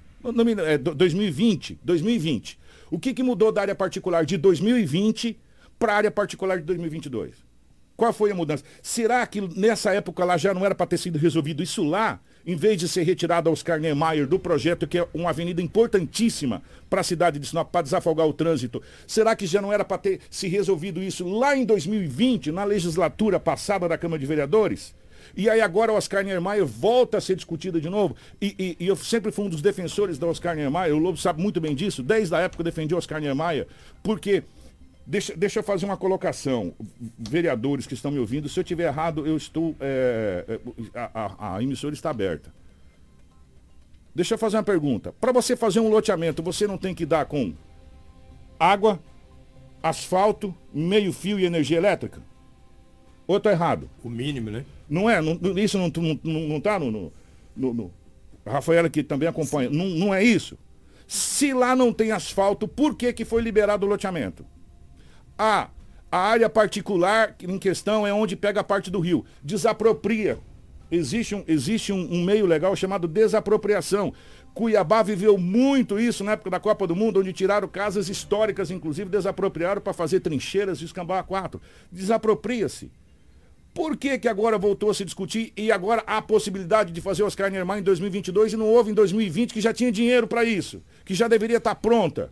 2020. O que mudou da área particular de 2020 para a área particular de 2022? Qual foi a mudança? Será que nessa época lá já não era para ter sido resolvido isso lá? Em vez de ser retirado a Oscar Niemeyer do projeto, que é uma avenida importantíssima para a cidade de Sinop, para desafogar o trânsito, será que já não era para ter se resolvido isso lá em 2020, na legislatura passada da Câmara de Vereadores? E aí agora o Oscar Niemeyer volta a ser discutida de novo, e eu sempre fui um dos defensores da Oscar Niemeyer, o Lobo sabe muito bem disso, desde a época eu defendi o Oscar Niemeyer, porque... Deixa eu fazer uma colocação, vereadores que estão me ouvindo, se eu estiver errado, eu estou, a emissora está aberta. Deixa eu fazer uma pergunta. Para você fazer um loteamento, você não tem que dar com água, asfalto, meio fio e energia elétrica? Ou eu estou errado? O mínimo, né? Não é? Isso não está no a Rafaela que também acompanha. Não é isso? Se lá não tem asfalto, por que foi liberado o loteamento? A área particular em questão é onde pega a parte do rio. Desapropria. Existe um meio legal chamado desapropriação. Cuiabá viveu muito isso na época da Copa do Mundo, onde tiraram casas históricas, inclusive desapropriaram para fazer trincheiras e escambar a 4. Desapropria-se. Por que agora voltou a se discutir e agora há a possibilidade de fazer o Oscar Niemeyer em 2022 e não houve em 2020, que já tinha dinheiro para isso, que já deveria estar pronta?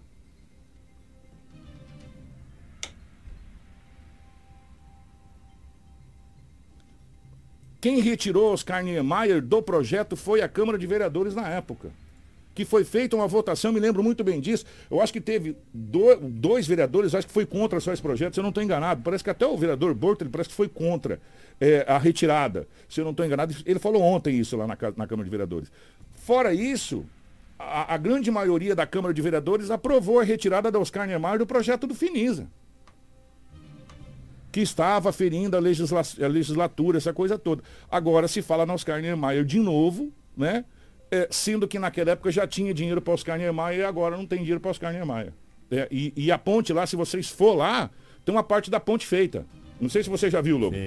Quem retirou Oscar Niemeyer do projeto foi a Câmara de Vereadores na época. Que foi feita uma votação, me lembro muito bem disso. Eu acho que teve dois vereadores, acho que foi contra só esse projeto, se eu não estou enganado. Parece que até o vereador Bortoli parece que foi contra a retirada, se eu não estou enganado. Ele falou ontem isso lá na Câmara de Vereadores. Fora isso, a grande maioria da Câmara de Vereadores aprovou a retirada da Oscar Niemeyer do projeto do Finisa. que estava ferindo a legislatura, essa coisa toda. Agora se fala na Oscar Niemeyer de novo, né? Sendo que naquela época já tinha dinheiro para Oscar Niemeyer e agora não tem dinheiro para Oscar Niemeyer. E a ponte lá, se vocês for lá, tem uma parte da ponte feita. Não sei se você já viu, Lobo.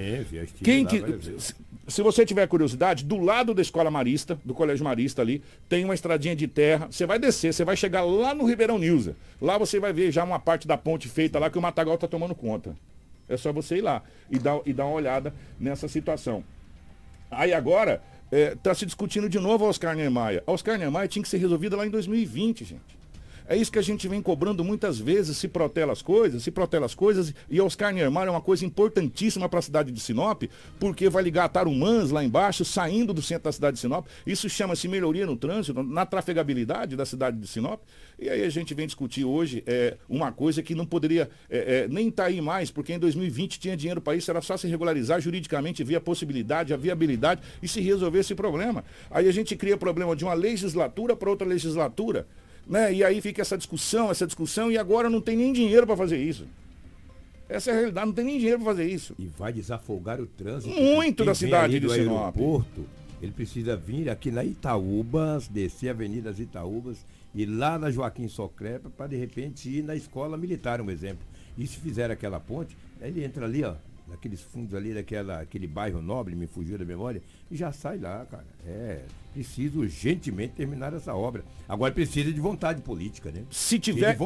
Se você tiver curiosidade, do lado da Escola Marista, do Colégio Marista ali, tem uma estradinha de terra. Você vai descer, você vai chegar lá no Ribeirão Nilza. Lá você vai ver já uma parte da ponte feita lá que o Matagal está tomando conta. É só você ir lá e dar uma olhada nessa situação. Aí agora, está se discutindo de novo a Oscar Niemeyer. A Oscar Niemeyer tinha que ser resolvida lá em 2020, gente. É isso que a gente vem cobrando muitas vezes, se protela as coisas, e a Oscar Niemeyer é uma coisa importantíssima para a cidade de Sinop, porque vai ligar a Tarumãs lá embaixo, saindo do centro da cidade de Sinop. Isso chama-se melhoria no trânsito, na trafegabilidade da cidade de Sinop. E aí a gente vem discutir hoje uma coisa que não poderia nem estar aí mais, porque em 2020 tinha dinheiro para isso, era só se regularizar juridicamente, ver a possibilidade, a viabilidade e se resolver esse problema. Aí a gente cria problema de uma legislatura para outra legislatura. Né? E aí fica essa discussão, e agora não tem nem dinheiro para fazer isso. Essa é a realidade, não tem nem dinheiro para fazer isso. E vai desafogar o trânsito. Muito da cidade de Sinop. Aeroporto, ele precisa vir aqui na Itaúbas, descer a Avenida das Itaúbas, e lá na Joaquim Socrepa, para de repente ir na escola militar, um exemplo. E se fizer aquela ponte, ele entra ali, ó, naqueles fundos ali, aquele bairro nobre, me fugiu da memória, e já sai lá, cara. Preciso urgentemente terminar essa obra. Agora precisa de vontade política, né? Se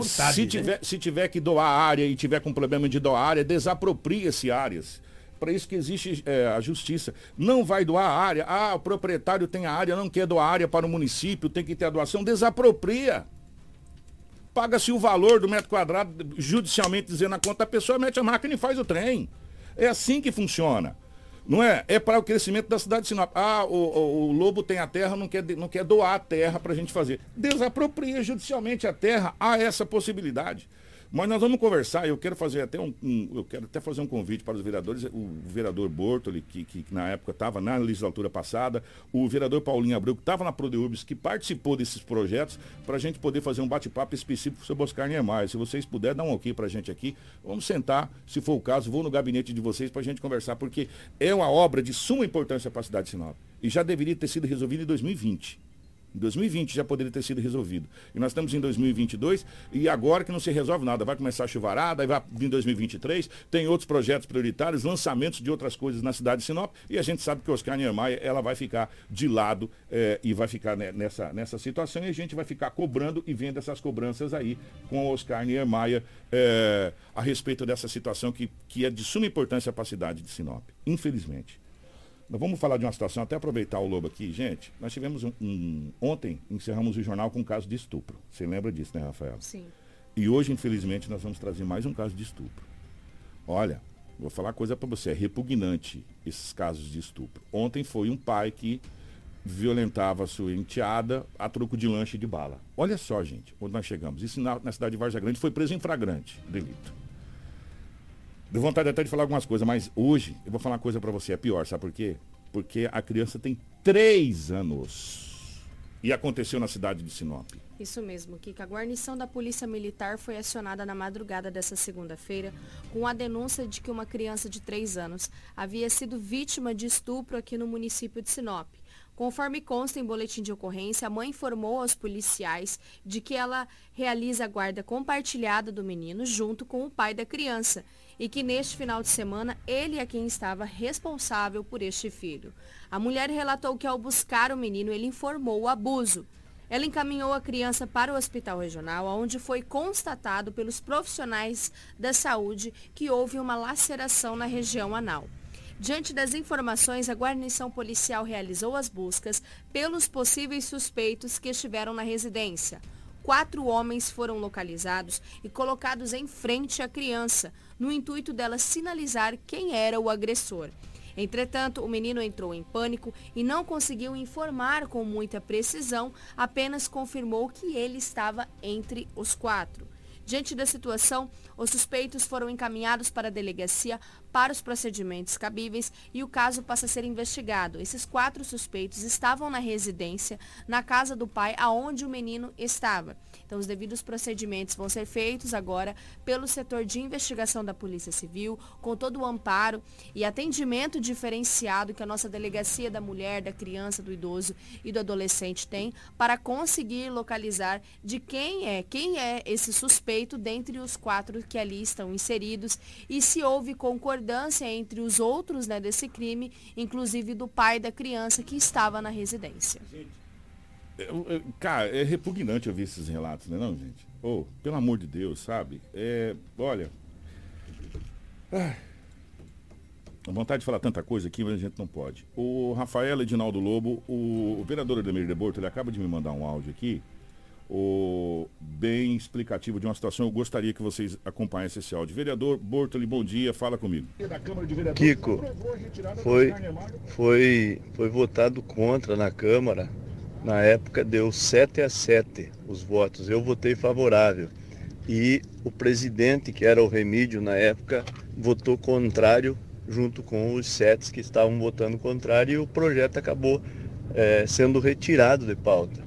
tiver que doar área e tiver com problema de doar área, desapropria-se áreas. Para isso que existe a justiça. Não vai doar a área. O proprietário tem a área, não quer doar a área para o município, tem que ter a doação, desapropria. Paga-se o valor do metro quadrado, judicialmente dizendo a conta, a pessoa mete a máquina e faz o trem. É assim que funciona. Não é? É para o crescimento da cidade de Sinop. O Lobo tem a terra, não quer doar a terra para a gente fazer. Desapropria judicialmente a terra, há essa possibilidade. Mas nós vamos conversar, eu quero fazer até fazer um convite para os vereadores, o vereador Bortoli, que na época estava na legislatura passada, o vereador Paulinho Abreu, que estava na Prodeurbs, que participou desses projetos, para a gente poder fazer um bate-papo específico sobre Oscar Niemeyer. Se vocês puderem dar um ok para a gente aqui, vamos sentar, se for o caso, vou no gabinete de vocês para a gente conversar, porque é uma obra de suma importância para a cidade de Sinop. E já deveria ter sido resolvida em 2020. Em 2020 já poderia ter sido resolvido. E nós estamos em 2022 e agora que não se resolve nada. Vai começar a chuvarada, aí vai vir 2023, tem outros projetos prioritários, lançamentos de outras coisas na cidade de Sinop e a gente sabe que o Oscar Niemeyer, ela vai ficar de lado e vai ficar nessa situação e a gente vai ficar cobrando e vendo essas cobranças aí com o Oscar Niemeyer a respeito dessa situação que é de suma importância para a cidade de Sinop, infelizmente. Nós vamos falar de uma situação, até aproveitar o Lobo aqui, gente. Nós tivemos ontem, encerramos o jornal com um caso de estupro. Você lembra disso, né, Rafael? Sim. E hoje, infelizmente, nós vamos trazer mais um caso de estupro. Olha, vou falar uma coisa para você, é repugnante esses casos de estupro. Ontem foi um pai que violentava a sua enteada a troco de lanche de bala. Olha só, gente, onde nós chegamos. Isso na cidade de Várzea Grande foi preso em flagrante delito. Deu vontade até de falar algumas coisas, mas hoje eu vou falar uma coisa pra você, é pior, sabe por quê? Porque a criança tem 3 anos e aconteceu na cidade de Sinop. Isso mesmo, Kika. A guarnição da Polícia Militar foi acionada na madrugada dessa segunda-feira com a denúncia de que uma criança de 3 anos havia sido vítima de estupro aqui no município de Sinop. Conforme consta em boletim de ocorrência, a mãe informou aos policiais de que ela realiza a guarda compartilhada do menino junto com o pai da criança e que neste final de semana ele é quem estava responsável por este filho. A mulher relatou que ao buscar o menino ele informou o abuso. Ela encaminhou a criança para o hospital regional, onde foi constatado pelos profissionais da saúde que houve uma laceração na região anal. Diante das informações, a guarnição policial realizou as buscas pelos possíveis suspeitos que estiveram na residência. 4 homens foram localizados e colocados em frente à criança, no intuito dela sinalizar quem era o agressor. Entretanto, o menino entrou em pânico e não conseguiu informar com muita precisão, apenas confirmou que ele estava entre os 4. Diante da situação, os suspeitos foram encaminhados para a delegacia para os procedimentos cabíveis e o caso passa a ser investigado. Esses 4 suspeitos estavam na residência, na casa do pai, aonde o menino estava. Então, os devidos procedimentos vão ser feitos agora pelo setor de investigação da Polícia Civil, com todo o amparo e atendimento diferenciado que a nossa Delegacia da Mulher, da Criança, do Idoso e do Adolescente tem, para conseguir localizar de quem é esse suspeito dentre os 4 que ali estão inseridos e se houve concordância entre os outros, né, desse crime, inclusive do pai da criança que estava na residência. Cara, é repugnante ouvir esses relatos, né, não, gente? Pelo amor de Deus, sabe? Olha... A vontade de falar tanta coisa aqui, mas a gente não pode. O Rafael Edinaldo Lobo, o vereador Ademir de Borto, ele acaba de me mandar um áudio aqui, bem explicativo de uma situação. Eu gostaria que vocês acompanhassem esse áudio. Vereador Bortoli, bom dia, fala comigo. Kiko, foi votado contra na Câmara. Na época deu 7-7 os votos. Eu votei favorável. E o presidente, que era o Remídio na época, votou contrário junto com os 7 que estavam votando contrário, e o projeto acabou sendo retirado de pauta.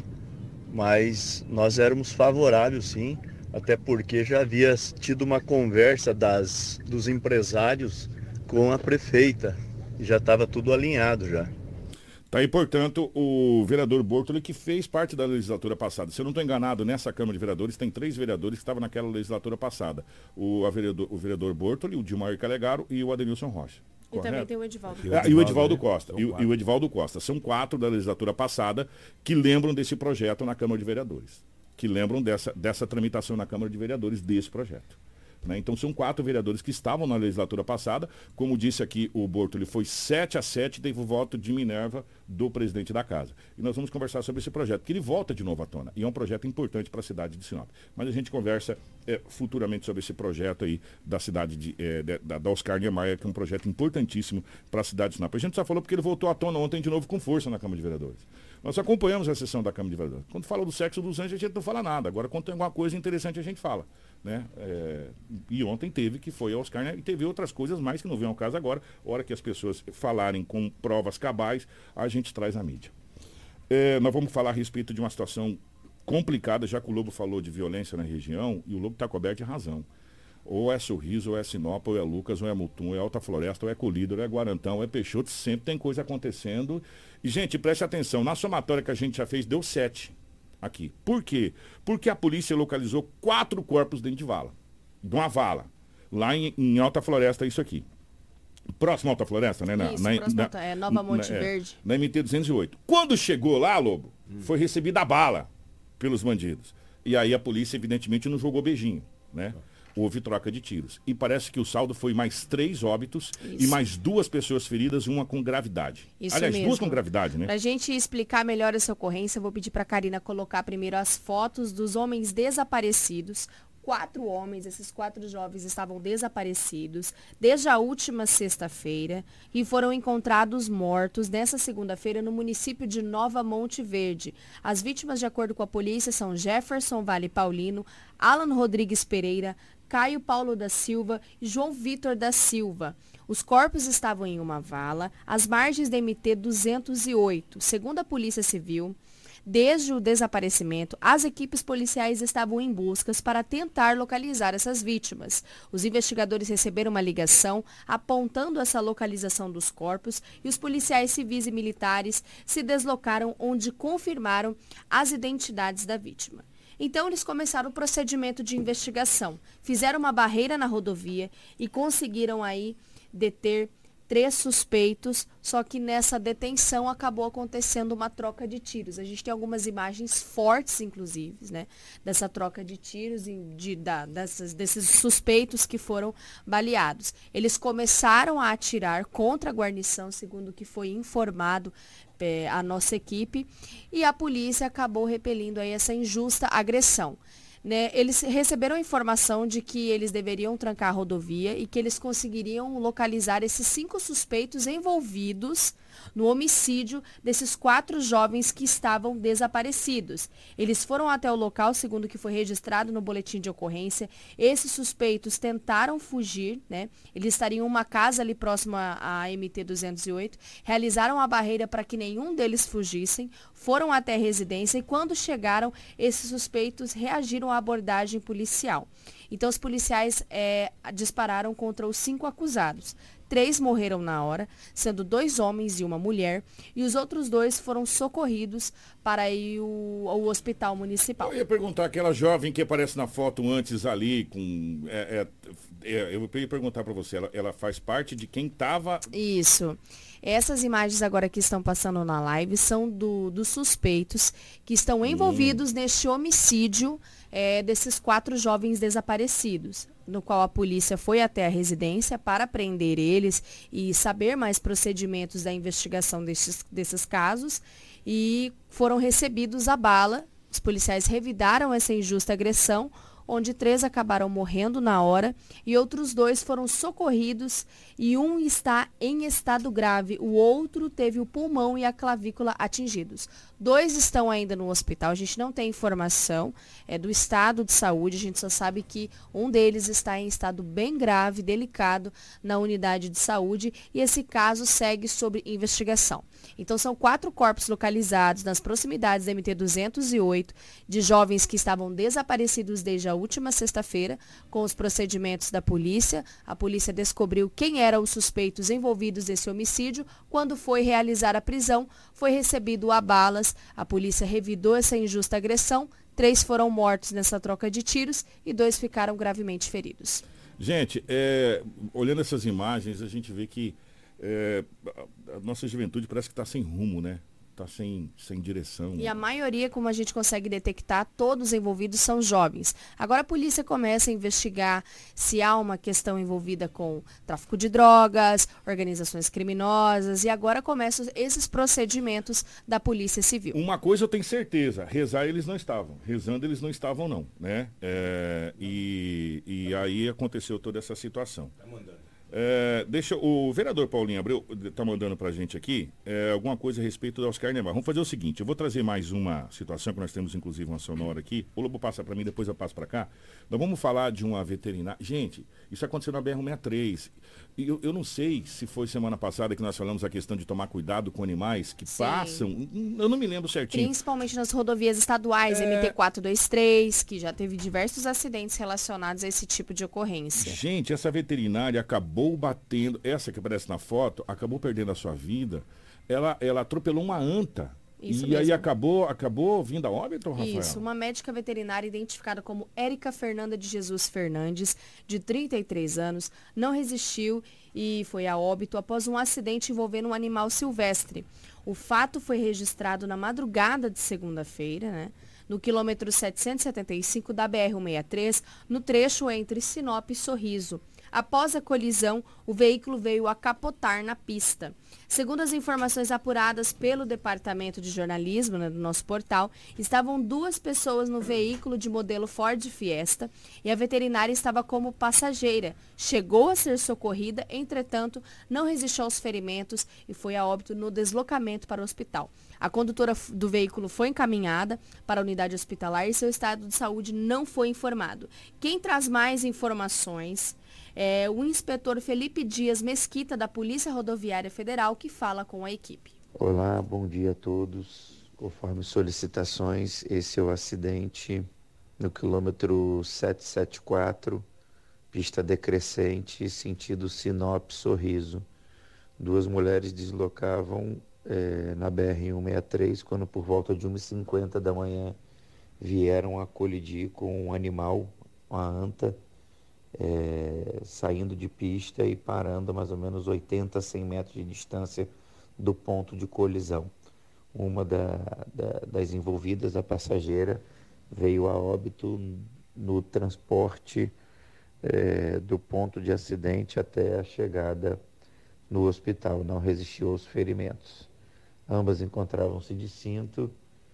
Mas nós éramos favoráveis, sim, até porque já havia tido uma conversa dos empresários com a prefeita, e já estava tudo alinhado já. Tá aí, portanto, o vereador Bortoli, que fez parte da legislatura passada. Se eu não estou enganado, nessa Câmara de Vereadores tem 3 vereadores que estavam naquela legislatura passada. O vereador Bortoli, o Dilmar Calegaro e o Adenilson Rocha. E correto? também tem o Edivaldo. E o Edivaldo Costa. E o Edivaldo Costa. São 4 da legislatura passada que lembram desse projeto na Câmara de Vereadores. Que lembram dessa tramitação na Câmara de Vereadores desse projeto. Né? Então são 4 vereadores que estavam na legislatura passada. Como disse aqui o Bortoli, foi 7-7, teve o voto de Minerva do presidente da casa. E nós vamos conversar sobre esse projeto, que ele volta de novo à tona. E é um projeto importante para a cidade de Sinop. Mas a gente conversa futuramente sobre esse projeto aí da cidade da Oscar Niemeyer, que é um projeto importantíssimo para a cidade de Sinop. A gente só falou porque ele voltou à tona ontem de novo com força na Câmara de Vereadores. Nós acompanhamos a sessão da Câmara de Vereadores. Quando fala do sexo dos anjos, a gente não fala nada. Agora, quando tem alguma coisa interessante, a gente fala. Né? E ontem teve, que foi a Oscar, né? E teve outras coisas mais que não vêm ao caso agora. A hora que as pessoas falarem com provas cabais, a gente traz a mídia. Nós vamos falar a respeito de uma situação complicada, já que o Lobo falou de violência na região, e o Lobo está coberto de razão. Ou é Sorriso, ou é Sinop, ou é Lucas, ou é Mutum, ou é Alta Floresta, ou é Colíder, ou é Guarantão, ou é Peixoto, sempre tem coisa acontecendo. E, gente, preste atenção, na somatória que a gente já fez, deu 7 aqui. Por quê? Porque a polícia localizou 4 corpos dentro de uma vala, lá em Alta Floresta, isso aqui. Próximo à Alta Floresta, né? Nova Monte Verde. Na MT-208. Quando chegou lá, Lobo, foi recebida a bala pelos bandidos. E aí a polícia, evidentemente, não jogou beijinho, né? Houve troca de tiros. E parece que o saldo foi mais 3 óbitos e mais 2 pessoas feridas, uma com gravidade. Isso Aliás, mesmo. 2 com gravidade, né? Pra gente explicar melhor essa ocorrência, eu vou pedir pra Karina colocar primeiro as fotos dos homens desaparecidos. 4 homens, esses 4 jovens estavam desaparecidos desde a última sexta-feira e foram encontrados mortos nessa segunda-feira no município de Nova Monte Verde. As vítimas, de acordo com a polícia, são Jefferson Vale Paulino, Alan Rodrigues Pereira, Caio Paulo da Silva e João Vitor da Silva. Os corpos estavam em uma vala, às margens da MT-208. Segundo a Polícia Civil, desde o desaparecimento, as equipes policiais estavam em buscas para tentar localizar essas vítimas. Os investigadores receberam uma ligação apontando essa localização dos corpos e os policiais civis e militares se deslocaram, onde confirmaram as identidades da vítima. Então, eles começaram o procedimento de investigação. Fizeram uma barreira na rodovia e conseguiram aí deter 3 suspeitos, só que nessa detenção acabou acontecendo uma troca de tiros. A gente tem algumas imagens fortes, inclusive, né, dessa troca de tiros, desses suspeitos que foram baleados. Eles começaram a atirar contra a guarnição, segundo o que foi informado a nossa equipe, e a polícia acabou repelindo aí essa injusta agressão. Né, eles receberam a informação de que eles deveriam trancar a rodovia e que eles conseguiriam localizar esses 5 suspeitos envolvidos no homicídio desses 4 jovens que estavam desaparecidos. Eles foram até o local, segundo o que foi registrado no boletim de ocorrência. Esses suspeitos tentaram fugir, né? Eles estariam em uma casa ali próxima à MT-208, realizaram a barreira para que nenhum deles fugissem, foram até a residência e quando chegaram, esses suspeitos reagiram à abordagem policial. Então, os policiais dispararam contra os 5 acusados. 3 morreram na hora, sendo 2 homens e uma mulher, e os outros 2 foram socorridos para ir ao hospital municipal. Eu ia perguntar, aquela jovem que aparece na foto antes ali, eu ia perguntar para você, ela faz parte de quem estava... Isso. Essas imagens agora que estão passando na live são dos suspeitos que estão envolvidos neste homicídio desses 4 jovens desaparecidos, no qual a polícia foi até a residência para prender eles e saber mais procedimentos da investigação desses casos, e foram recebidos a bala. Os policiais revidaram essa injusta agressão, onde 3 acabaram morrendo na hora e outros 2 foram socorridos e um está em estado grave. O outro teve o pulmão e a clavícula atingidos. 2 estão ainda no hospital, a gente não tem informação do estado de saúde, a gente só sabe que um deles está em estado bem grave, delicado, na unidade de saúde, e esse caso segue sob investigação. Então são 4 corpos localizados nas proximidades da MT-208 de jovens que estavam desaparecidos desde a última sexta-feira. Com os procedimentos da polícia, a polícia descobriu quem eram os suspeitos envolvidos nesse homicídio. Quando foi realizar a prisão, foi recebido a balas. A polícia revidou essa injusta agressão. 3 foram mortos nessa troca de tiros e 2 ficaram gravemente feridos. Gente, olhando essas imagens, a gente vê que a nossa juventude parece que está sem rumo, né? Está sem direção. E a maioria, como a gente consegue detectar, todos envolvidos são jovens. Agora a polícia começa a investigar se há uma questão envolvida com tráfico de drogas, organizações criminosas, e agora começam esses procedimentos da Polícia Civil. Uma coisa eu tenho certeza, rezar eles não estavam. Rezando eles não estavam não, né? E aí aconteceu toda essa situação. Tá mandando. O vereador Paulinho Abreu está mandando para a gente aqui alguma coisa a respeito do Oscar Niemeyer. Vamos fazer o seguinte, eu vou trazer mais uma situação que nós temos inclusive uma sonora aqui. O Lobo passa para mim, depois eu passo para cá. Nós vamos falar de uma veterinária. Gente, isso aconteceu na BR-163. Eu não sei se foi semana passada que nós falamos a questão de tomar cuidado com animais que passam. Eu não me lembro certinho. Principalmente nas rodovias estaduais, MT-423, que já teve diversos acidentes relacionados a esse tipo de ocorrência. Gente, essa veterinária acabou batendo, essa que aparece na foto, acabou perdendo a sua vida. Ela atropelou uma anta. Isso e mesmo. Aí acabou vindo a óbito, Rafael? Isso, uma médica veterinária identificada como Érica Fernanda de Jesus Fernandes, de 33 anos, não resistiu e foi a óbito após um acidente envolvendo um animal silvestre. O fato foi registrado na madrugada de segunda-feira, né, no quilômetro 775 da BR-163, no trecho entre Sinop e Sorriso. Após a colisão, o veículo veio a capotar na pista. Segundo as informações apuradas pelo Departamento de Jornalismo, do nosso portal, estavam 2 pessoas no veículo de modelo Ford Fiesta e a veterinária estava como passageira. Chegou a ser socorrida, entretanto, não resistiu aos ferimentos e foi a óbito no deslocamento para o hospital. A condutora do veículo foi encaminhada para a unidade hospitalar e seu estado de saúde não foi informado. Quem traz mais informações é o inspetor Felipe Dias Mesquita, da Polícia Rodoviária Federal, que fala com a equipe. Olá, bom dia a todos. Conforme solicitações, esse é o acidente no quilômetro 774, pista decrescente, sentido Sinop Sorriso. 2 mulheres deslocavam na BR-163, quando por volta de 1h50 da manhã vieram a colidir com um animal, uma anta, saindo de pista e parando a mais ou menos 80 a 100 metros de distância do ponto de colisão. Uma das envolvidas, a passageira, veio a óbito no transporte do ponto de acidente até a chegada no hospital, não resistiu aos ferimentos. Ambas encontravam-se de cinto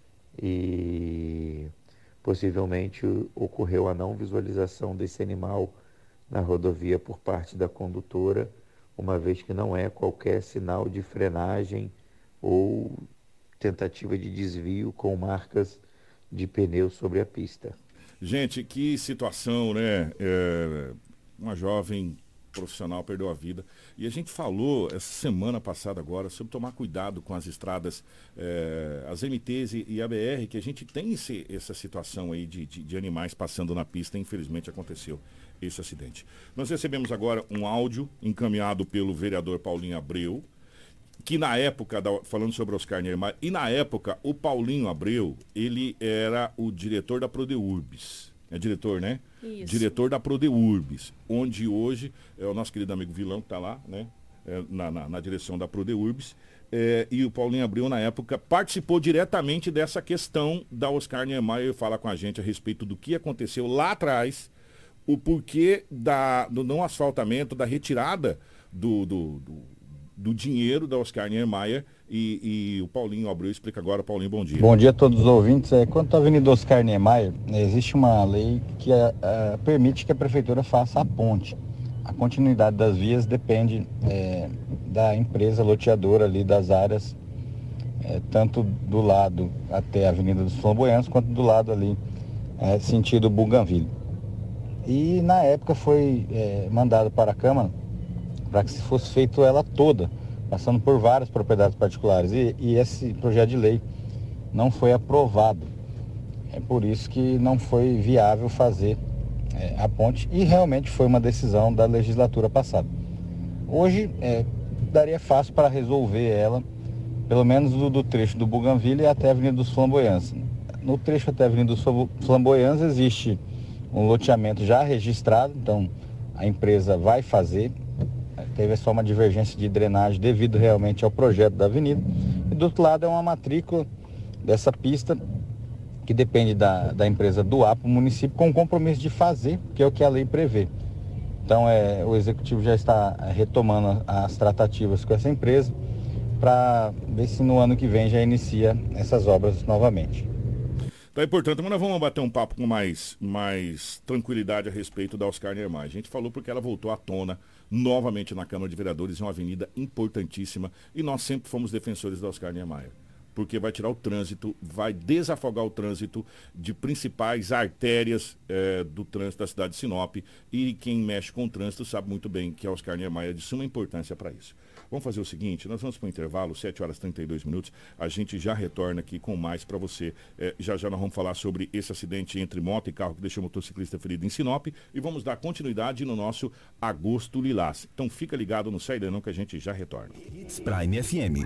e possivelmente ocorreu a não visualização desse animal na rodovia por parte da condutora, uma vez que não é qualquer sinal de frenagem ou tentativa de desvio com marcas de pneu sobre a pista. Gente, que situação, né? Uma jovem profissional perdeu a vida. E a gente falou essa semana passada agora sobre tomar cuidado com as estradas, as MTs e a BR, que a gente tem essa situação aí de animais passando na pista. Infelizmente aconteceu esse acidente. Nós recebemos agora um áudio encaminhado pelo vereador Paulinho Abreu, que na época, falando sobre Oscar Niemeyer, e na época o Paulinho Abreu, ele era o diretor da Prodeurbis. É diretor, né? Isso. Diretor da Prodeurbis, onde hoje é o nosso querido amigo Vilão que está lá, né? Na direção da Prodeurbis. E o Paulinho Abreu, na época, participou diretamente dessa questão da Oscar Niemeyer, fala com a gente a respeito do que aconteceu lá atrás, o porquê do não asfaltamento, da retirada do dinheiro da Oscar Niemeyer, e o Paulinho Abreu explica agora. Paulinho, bom dia. Bom dia a todos os ouvintes. Quanto à Avenida Oscar Niemeyer, existe uma lei que permite que a prefeitura faça a ponte. A continuidade das vias depende da empresa loteadora ali das áreas, tanto do lado até a Avenida dos Flamboyantes, quanto do lado ali, sentido Bougainville. E na época foi mandado para a Câmara para que se fosse feito ela toda, passando por várias propriedades particulares. E esse projeto de lei não foi aprovado. É por isso que não foi viável fazer a ponte, e realmente foi uma decisão da legislatura passada. Hoje daria fácil para resolver ela, pelo menos do trecho do Bougainville até a Avenida dos Flamboyantes. No trecho até a Avenida dos Flamboyantes existe um loteamento já registrado, então a empresa vai fazer. Teve só uma divergência de drenagem devido realmente ao projeto da avenida. E do outro lado é uma matrícula dessa pista que depende da empresa doar para o município com o compromisso de fazer, que é o que a lei prevê. Então o executivo já está retomando as tratativas com essa empresa para ver se no ano que vem já inicia essas obras novamente. Tá, e portanto, nós vamos bater um papo com mais tranquilidade a respeito da Oscar Niemeyer. A gente falou porque ela voltou à tona novamente na Câmara de Vereadores, em uma avenida importantíssima, e nós sempre fomos defensores da Oscar Niemeyer, porque vai tirar o trânsito, vai desafogar o trânsito de principais artérias do trânsito da cidade de Sinop, e quem mexe com o trânsito sabe muito bem que a Oscar Niemeyer é de suma importância para isso. Vamos fazer o seguinte, nós vamos para o intervalo, 7h32, a gente já retorna aqui com mais para você. Já nós vamos falar sobre esse acidente entre moto e carro que deixou o motociclista ferido em Sinop, e vamos dar continuidade no nosso Agosto Lilás. Então fica ligado, não sai daí não que a gente já retorna. Prime FM.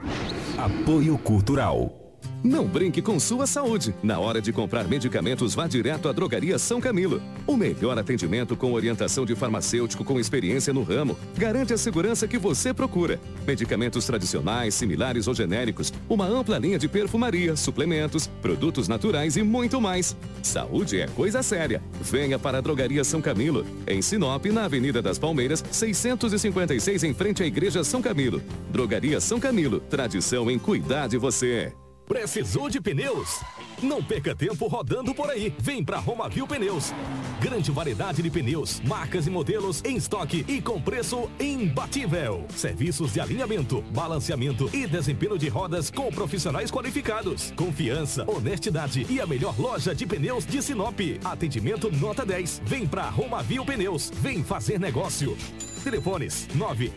Apoio Cultural. Não brinque com sua saúde. Na hora de comprar medicamentos, vá direto à Drogaria São Camilo. O melhor atendimento com orientação de farmacêutico com experiência no ramo. Garante a segurança que você procura. Medicamentos tradicionais, similares ou genéricos. Uma ampla linha de perfumaria, suplementos, produtos naturais e muito mais. Saúde é coisa séria. Venha para a Drogaria São Camilo. Em Sinop, na Avenida das Palmeiras, 656, em frente à Igreja São Camilo. Drogaria São Camilo. Tradição em cuidar de você. Precisou de pneus? Não perca tempo rodando por aí. Vem pra Romavil Pneus. Grande variedade de pneus, marcas e modelos em estoque e com preço imbatível. Serviços de alinhamento, balanceamento e desempenho de rodas com profissionais qualificados. Confiança, honestidade e a melhor loja de pneus de Sinop. Atendimento nota 10. Vem pra Romavil Pneus. Vem fazer negócio. Telefones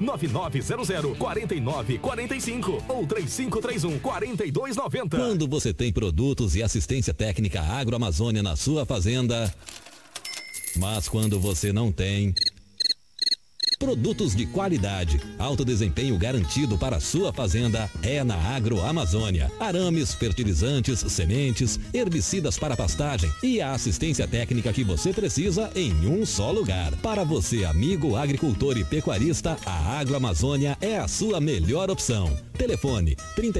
99900-4945 ou 3531-4290. Quando você tem produtos e assistência técnica Agroamazônia na sua fazenda, mas quando você não tem... Produtos de qualidade, alto desempenho garantido para a sua fazenda é na Agroamazônia. Arames, fertilizantes, sementes, herbicidas para pastagem e a assistência técnica que você precisa em um só lugar. Para você, amigo agricultor e pecuarista, a Agroamazônia é a sua melhor opção. Telefone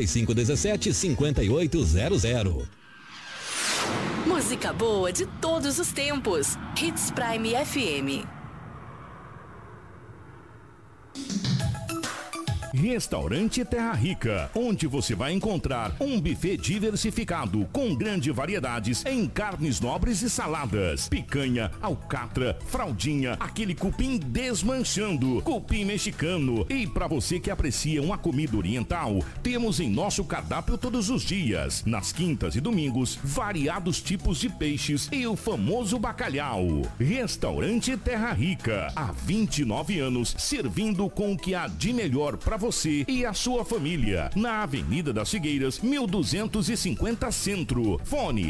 3517-5800. Música boa de todos os tempos. Hits Prime FM. Restaurante Terra Rica, onde você vai encontrar um buffet diversificado com grandes variedades em carnes nobres e saladas, picanha, alcatra, fraldinha, aquele cupim desmanchando, cupim mexicano. E para você que aprecia uma comida oriental, temos em nosso cardápio todos os dias, nas quintas e domingos, variados tipos de peixes e o famoso bacalhau. Restaurante Terra Rica, há 29 anos, servindo com o que há de melhor para você e a sua família. Na Avenida das Figueiras, 1250 Centro. Fone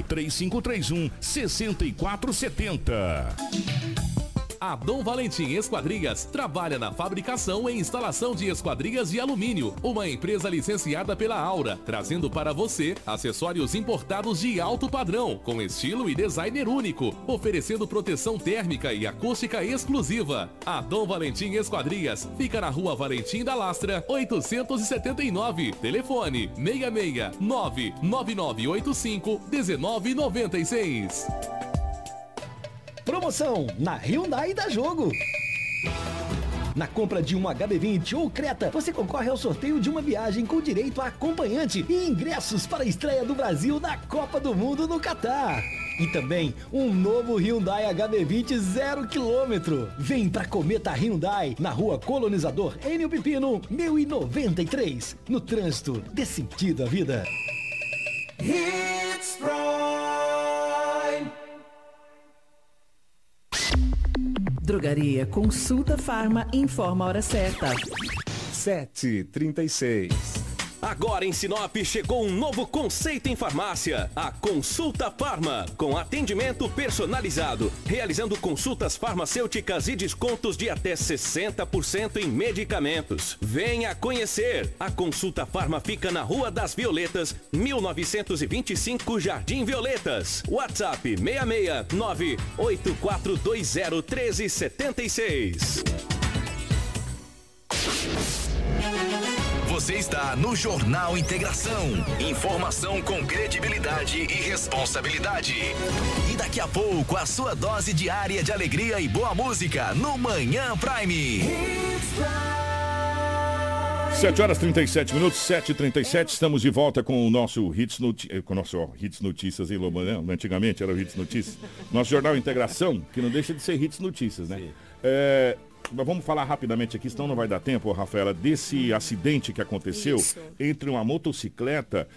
3531-6470. A Dom Valentim Esquadrias trabalha na fabricação e instalação de esquadrias de alumínio, uma empresa licenciada pela Aura, trazendo para você acessórios importados de alto padrão, com estilo e designer único, oferecendo proteção térmica e acústica exclusiva. A Dom Valentim Esquadrias fica na Rua Valentim da Lastra, 879, telefone 669-9985-1996. Promoção na Hyundai da Jogo. Na compra de um HB20 ou Creta, você concorre ao sorteio de uma viagem com direito a acompanhante e ingressos para a estreia do Brasil na Copa do Mundo no Catar. E também um novo Hyundai HB20 0 km. Vem pra Cometa Hyundai, na Rua Colonizador Enio Pipino, 1093. No trânsito, dê sentido à vida. Hits Prime. Drogaria Consulta Farma informa a hora certa. 7h36. Agora em Sinop chegou um novo conceito em farmácia, a Consulta Farma, com atendimento personalizado, realizando consultas farmacêuticas e descontos de até 60% em medicamentos. Venha conhecer! A Consulta Farma fica na Rua das Violetas, 1925, Jardim Violetas. WhatsApp 669-8420-1376. Você está no Jornal Integração. Informação com credibilidade e responsabilidade. E daqui a pouco, a sua dose diária de alegria e boa música no Manhã Prime. 7h37, 7h37, estamos de volta com o nosso Hits Notícias em Lobo, né? Antigamente era o Hits Notícias. Nosso Jornal Integração, que não deixa de ser Hits Notícias, né? Mas vamos falar rapidamente aqui, senão não vai dar tempo, Rafaela, desse acidente que aconteceu entre uma motocicleta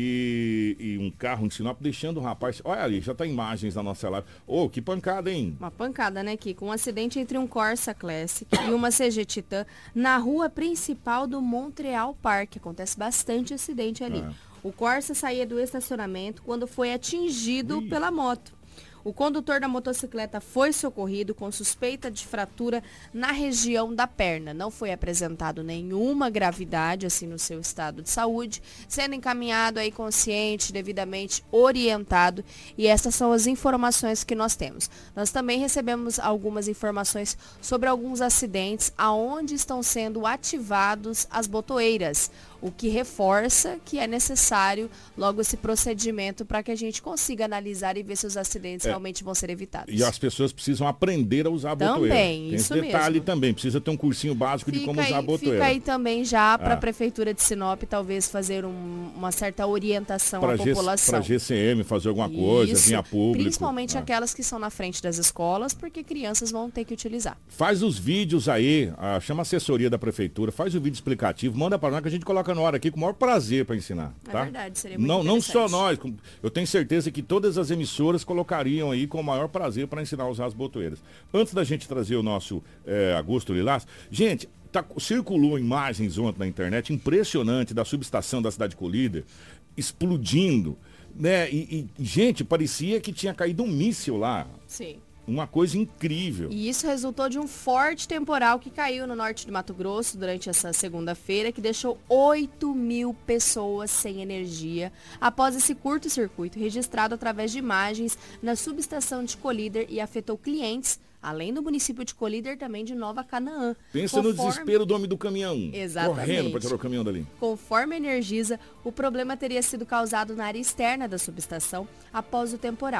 e um carro em Sinop, deixando o rapaz... Olha ali, já tá imagens na nossa live. Ô, que pancada, hein? Uma pancada, né, Kiko? Um acidente entre um Corsa Classic e uma CG Titan na rua principal do Montreal Park. Acontece bastante acidente ali. O Corsa saía do estacionamento quando foi atingido pela moto. O condutor da motocicleta foi socorrido com suspeita de fratura na região da perna. Não foi apresentado nenhuma gravidade assim no seu estado de saúde, sendo encaminhado aí consciente, devidamente orientado. E essas são as informações que nós temos. Nós também recebemos algumas informações sobre alguns acidentes aonde estão sendo ativados as botoeiras, o que reforça que é necessário logo esse procedimento para que a gente consiga analisar e ver se os acidentes realmente vão ser evitados. E as pessoas precisam aprender a usar a botoeira. Também, tem isso esse detalhe mesmo. Também, precisa ter um cursinho básico de como usar a botoeira. Fica aí também já para a Prefeitura de Sinop talvez fazer uma certa orientação à população. Para a GCM fazer alguma coisa, via público. Principalmente aquelas que são na frente das escolas, porque crianças vão ter que utilizar. Faz os vídeos aí, chama a assessoria da Prefeitura, faz o vídeo explicativo, manda para nós que a gente coloca na hora aqui com o maior prazer para ensinar. Tá? É verdade, seria muito não só nós, eu tenho certeza que todas as emissoras colocariam aí com o maior prazer para ensinar a usar as botoeiras. Antes da gente trazer o nosso Agosto Lilás, gente, circulou imagens ontem na internet impressionante da subestação da cidade de Colíder explodindo, né? E, gente, parecia que tinha caído um míssil lá. Sim. Uma coisa incrível. E isso resultou de um forte temporal que caiu no norte do Mato Grosso durante essa segunda-feira, que deixou 8.000 pessoas sem energia após esse curto-circuito registrado através de imagens na subestação de Colíder e afetou clientes, além do município de Colíder, também de Nova Canaã. Pensa no desespero do homem do caminhão. Exatamente. Correndo para tirar o caminhão dali. Conforme a Energisa, o problema teria sido causado na área externa da subestação após o temporal.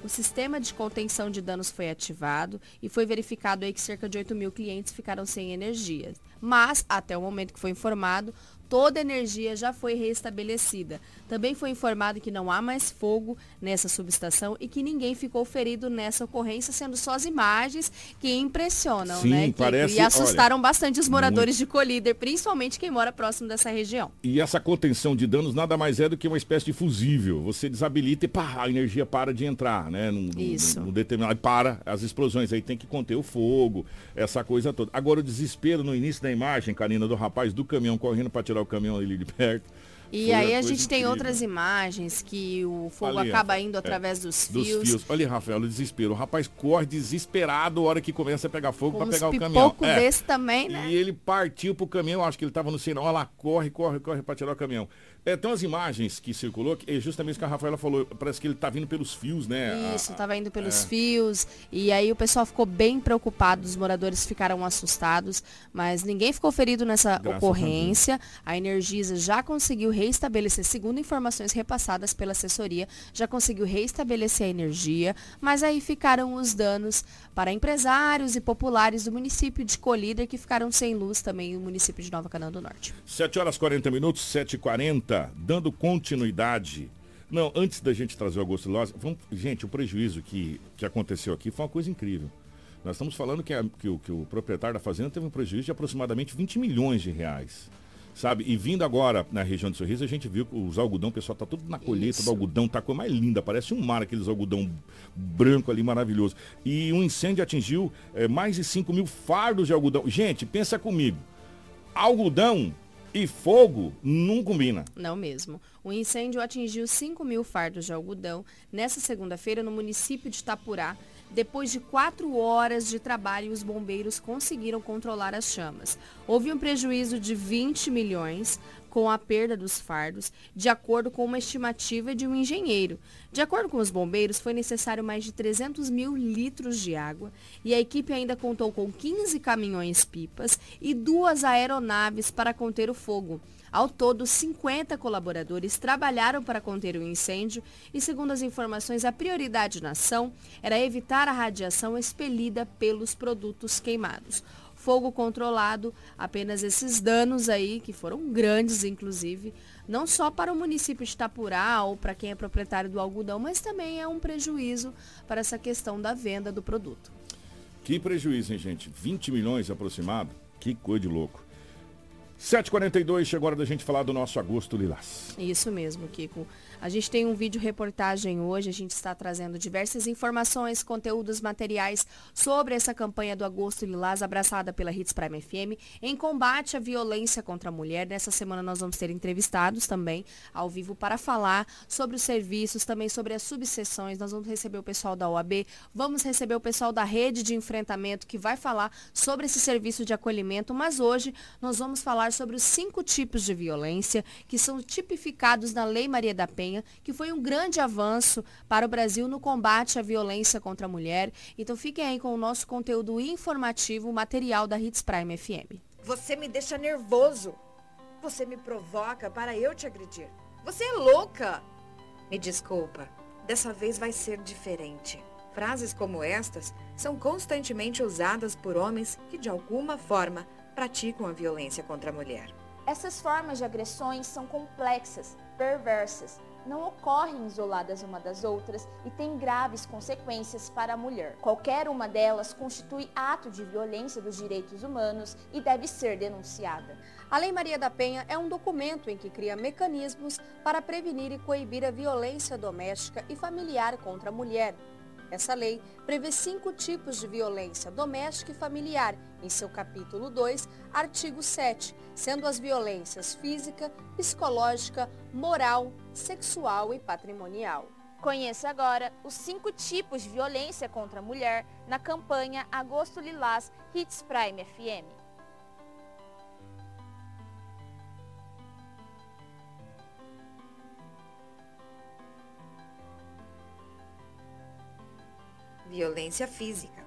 o sistema de contenção de danos foi ativado e foi verificado aí que cerca de 8 mil clientes ficaram sem energia. Mas, até o momento que foi informado, toda a energia já foi restabelecida. Também foi informado que não há mais fogo nessa subestação e que ninguém ficou ferido nessa ocorrência, sendo só as imagens que impressionam, Sim, né? Parece, e assustaram olha, bastante os moradores de Colíder, principalmente quem mora próximo dessa região. E essa contenção de danos nada mais é do que uma espécie de fusível. Você desabilita e pá, a energia para de entrar, né? No determinado, para as explosões. Aí tem que conter o fogo, essa coisa toda. Agora o desespero no início da imagem, Karina, do rapaz do caminhão correndo para tirar o caminhão ali de perto. E aí a gente tem outras imagens que o fogo ali, acaba indo através dos fios. Olha, Rafael, o desespero. O rapaz corre desesperado a hora que começa a pegar fogo para pegar o caminhão. Um pouco desse também, né? E ele partiu pro caminhão, acho que ele estava no sinal. Olha lá, corre para tirar o caminhão. Tem umas imagens que circulou, que é justamente isso que a Rafaela falou, parece que ele tá vindo pelos fios, né? Isso, tava indo pelos fios, e aí o pessoal ficou bem preocupado, os moradores ficaram assustados, mas ninguém ficou ferido nessa ocorrência. A Energisa já conseguiu reestabelecer, segundo informações repassadas pela assessoria, já conseguiu reestabelecer a energia, mas aí ficaram os danos para empresários e populares do município de Colíder, que ficaram sem luz também, no município de Nova Canaã do Norte. 7h40, 7h40. Dando continuidade. Não, antes da gente trazer o Augusto Lilás, gente, o prejuízo que aconteceu aqui foi uma coisa incrível. Nós estamos falando que o proprietário da fazenda teve um prejuízo de aproximadamente 20 milhões de reais. Sabe? E vindo agora na região de Sorriso, a gente viu que os algodão, o pessoal tá tudo na colheita do algodão, tá a coisa mais linda, parece um mar, aqueles algodão branco ali, maravilhoso. E um incêndio atingiu mais de 5 mil fardos de algodão. Gente, pensa comigo. Algodão e fogo não combina. Não mesmo. O incêndio atingiu 5 mil fardos de algodão nessa segunda-feira no município de Itapurá. Depois de 4 horas de trabalho, os bombeiros conseguiram controlar as chamas. Houve um prejuízo de 20 milhões com a perda dos fardos, de acordo com uma estimativa de um engenheiro. De acordo com os bombeiros, foi necessário mais de 300 mil litros de água e a equipe ainda contou com 15 caminhões-pipas e 2 aeronaves para conter o fogo. Ao todo, 50 colaboradores trabalharam para conter o incêndio e, segundo as informações, a prioridade na ação era evitar a radiação expelida pelos produtos queimados. Fogo controlado, apenas esses danos aí, que foram grandes, inclusive, não só para o município de Itapurá ou para quem é proprietário do algodão, mas também é um prejuízo para essa questão da venda do produto. Que prejuízo, hein, gente? 20 milhões aproximado? Que coisa de louco. 7h42, chegou a hora da gente falar do nosso Augusto Lilás. Isso mesmo, Kiko. A gente tem um vídeo reportagem hoje, a gente está trazendo diversas informações, conteúdos materiais sobre essa campanha do Augusto Lilás, abraçada pela Hits Prime FM, em combate à violência contra a mulher. Nessa semana nós vamos ter entrevistados também ao vivo para falar sobre os serviços, também sobre as subseções. Nós vamos receber o pessoal da OAB, vamos receber o pessoal da Rede de Enfrentamento, que vai falar sobre esse serviço de acolhimento, mas hoje nós vamos falar sobre os 5 tipos de violência que são tipificados na Lei Maria da Penha, que foi um grande avanço para o Brasil no combate à violência contra a mulher. Então fiquem aí com o nosso conteúdo informativo, material da Hits Prime FM. Você me deixa nervoso. Você me provoca para eu te agredir. Você é louca. Me desculpa, dessa vez vai ser diferente. Frases como estas são constantemente usadas por homens que de alguma forma praticam a violência contra a mulher. Essas formas de agressões são complexas, perversas, não ocorrem isoladas uma das outras e têm graves consequências para a mulher. Qualquer uma delas constitui ato de violência dos direitos humanos e deve ser denunciada. A Lei Maria da Penha é um documento em que cria mecanismos para prevenir e coibir a violência doméstica e familiar contra a mulher. Essa lei prevê 5 tipos de violência doméstica e familiar, em seu capítulo 2, artigo 7, sendo as violências física, psicológica, moral, sexual e patrimonial. Conheça agora os 5 tipos de violência contra a mulher na campanha Agosto Lilás Hits Prime FM. Violência física.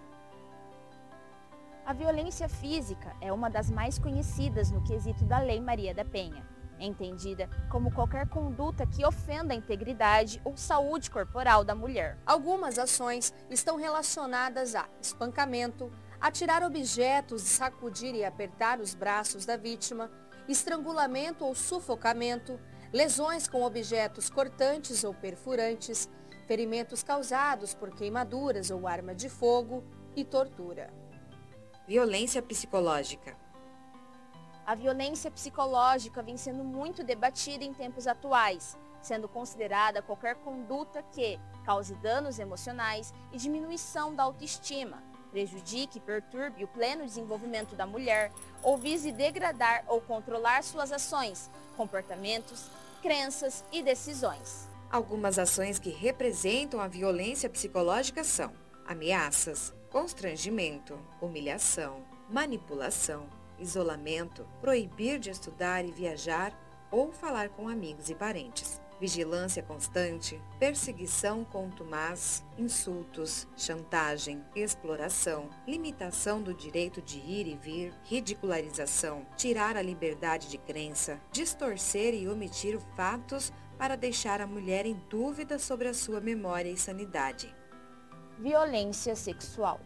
A violência física é uma das mais conhecidas no quesito da Lei Maria da Penha. entendida como qualquer conduta que ofenda a integridade ou saúde corporal da mulher. Algumas ações estão relacionadas a espancamento, atirar objetos, sacudir e apertar os braços da vítima, estrangulamento ou sufocamento, lesões com objetos cortantes ou perfurantes, ferimentos causados por queimaduras ou arma de fogo e tortura. Violência psicológica. A violência psicológica vem sendo muito debatida em tempos atuais, sendo considerada qualquer conduta que cause danos emocionais e diminuição da autoestima, prejudique e perturbe o pleno desenvolvimento da mulher ou vise degradar ou controlar suas ações, comportamentos, crenças e decisões. Algumas ações que representam a violência psicológica são ameaças, constrangimento, humilhação, manipulação, isolamento, proibir de estudar e viajar ou falar com amigos e parentes, vigilância constante, perseguição contumaz, insultos, chantagem, exploração, limitação do direito de ir e vir, ridicularização, tirar a liberdade de crença, distorcer e omitir fatos para deixar a mulher em dúvida sobre a sua memória e sanidade. Violência sexual.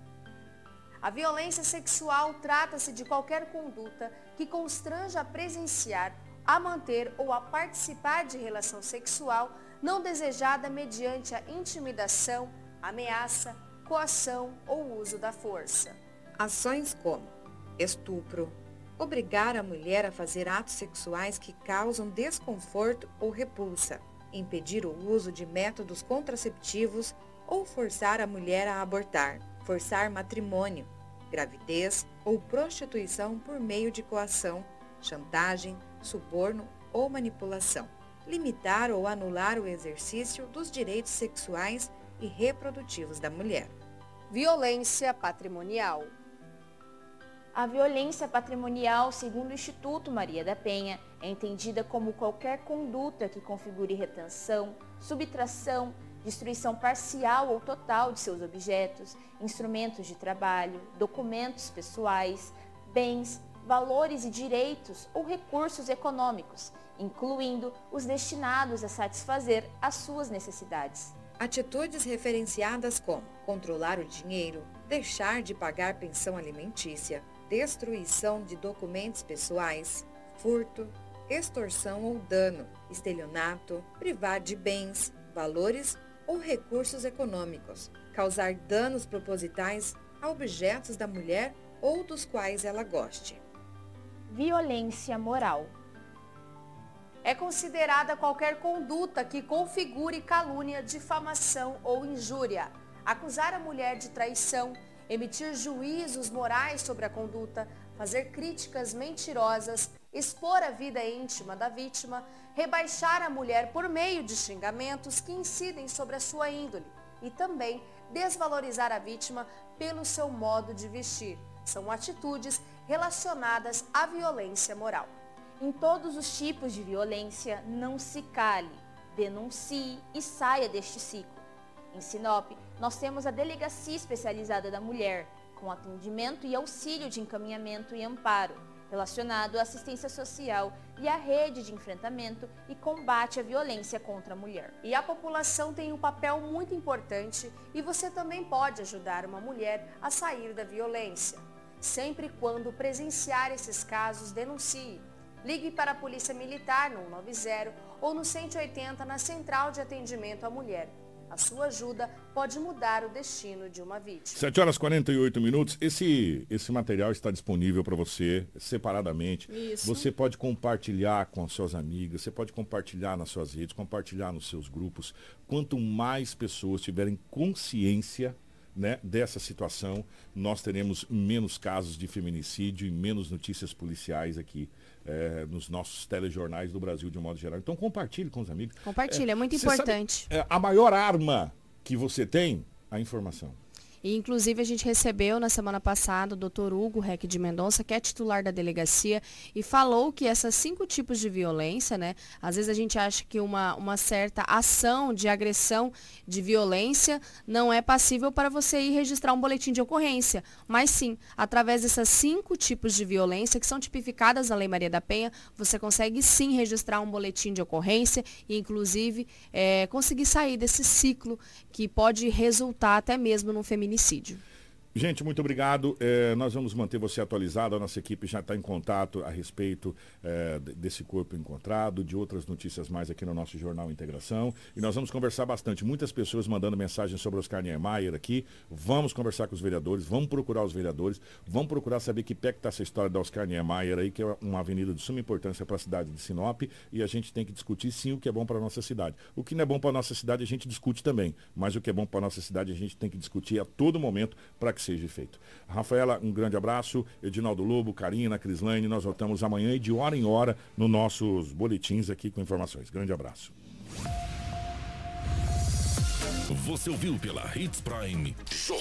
A violência sexual trata-se de qualquer conduta que constranja a presenciar, a manter ou a participar de relação sexual não desejada mediante a intimidação, ameaça, coação ou uso da força. Ações como estupro, obrigar a mulher a fazer atos sexuais que causam desconforto ou repulsa, impedir o uso de métodos contraceptivos ou forçar a mulher a abortar, forçar matrimônio, gravidez ou prostituição por meio de coação, chantagem, suborno ou manipulação, limitar ou anular o exercício dos direitos sexuais e reprodutivos da mulher. Violência patrimonial. A violência patrimonial, segundo o Instituto Maria da Penha, é entendida como qualquer conduta que configure retenção, subtração, destruição parcial ou total de seus objetos, instrumentos de trabalho, documentos pessoais, bens, valores e direitos ou recursos econômicos, incluindo os destinados a satisfazer as suas necessidades. Atitudes referenciadas como controlar o dinheiro, deixar de pagar pensão alimentícia, destruição de documentos pessoais, furto, extorsão ou dano, estelionato, privar de bens, valores ou recursos econômicos, causar danos propositais a objetos da mulher ou dos quais ela goste. Violência moral. É considerada qualquer conduta que configure calúnia, difamação ou injúria, acusar a mulher de traição, emitir juízos morais sobre a conduta, fazer críticas mentirosas, expor a vida íntima da vítima, rebaixar a mulher por meio de xingamentos que incidem sobre a sua índole e também desvalorizar a vítima pelo seu modo de vestir. São atitudes relacionadas à violência moral. Em todos os tipos de violência, não se cale, denuncie e saia deste ciclo. Em Sinop, nós temos a Delegacia Especializada da Mulher, com atendimento e auxílio de encaminhamento e amparo, relacionado à assistência social e à rede de enfrentamento e combate à violência contra a mulher. E a população tem um papel muito importante e você também pode ajudar uma mulher a sair da violência. Sempre quando presenciar esses casos, denuncie. Ligue para a Polícia Militar no 190 ou no 180 na Central de Atendimento à Mulher. A sua ajuda pode mudar o destino de uma vítima. 7 horas e 48 minutos. Esse material está disponível para você separadamente. Isso. Você pode compartilhar com as suas amigas, você pode compartilhar nas suas redes, compartilhar nos seus grupos. Quanto mais pessoas tiverem consciência, né, dessa situação, nós teremos menos casos de feminicídio e menos notícias policiais aqui nos nossos telejornais do Brasil de um modo geral. Então compartilhe com os amigos. Compartilhe, é muito importante. Sabe, a maior arma que você tem, a informação. E, inclusive, a gente recebeu na semana passada o Dr. Hugo Reck de Mendonça, que é titular da delegacia, e falou que esses 5 tipos de violência, né? Às vezes a gente acha que uma certa ação de agressão, de violência, não é passível para você ir registrar um boletim de ocorrência. Mas sim, através dessas 5 tipos de violência que são tipificadas na Lei Maria da Penha, você consegue sim registrar um boletim de ocorrência e, inclusive, conseguir sair desse ciclo que pode resultar até mesmo num feminicídio. Gente, muito obrigado. Nós vamos manter você atualizado. A nossa equipe já está em contato a respeito desse corpo encontrado, de outras notícias mais aqui no nosso Jornal Integração. E nós vamos conversar bastante. Muitas pessoas mandando mensagens sobre Oscar Niemeyer aqui. Vamos conversar com os vereadores, vamos procurar os vereadores, vamos procurar saber que pé que está essa história da Oscar Niemeyer aí, que é uma avenida de suma importância para a cidade de Sinop. E a gente tem que discutir sim o que é bom para a nossa cidade. O que não é bom para a nossa cidade a gente discute também. Mas o que é bom para a nossa cidade a gente tem que discutir a todo momento para que seja feito. Rafaela, um grande abraço. Edinaldo Lobo, Karina, Crislaine, nós voltamos amanhã e de hora em hora nos nossos boletins aqui com informações. Grande abraço. Você ouviu pela Hits Prime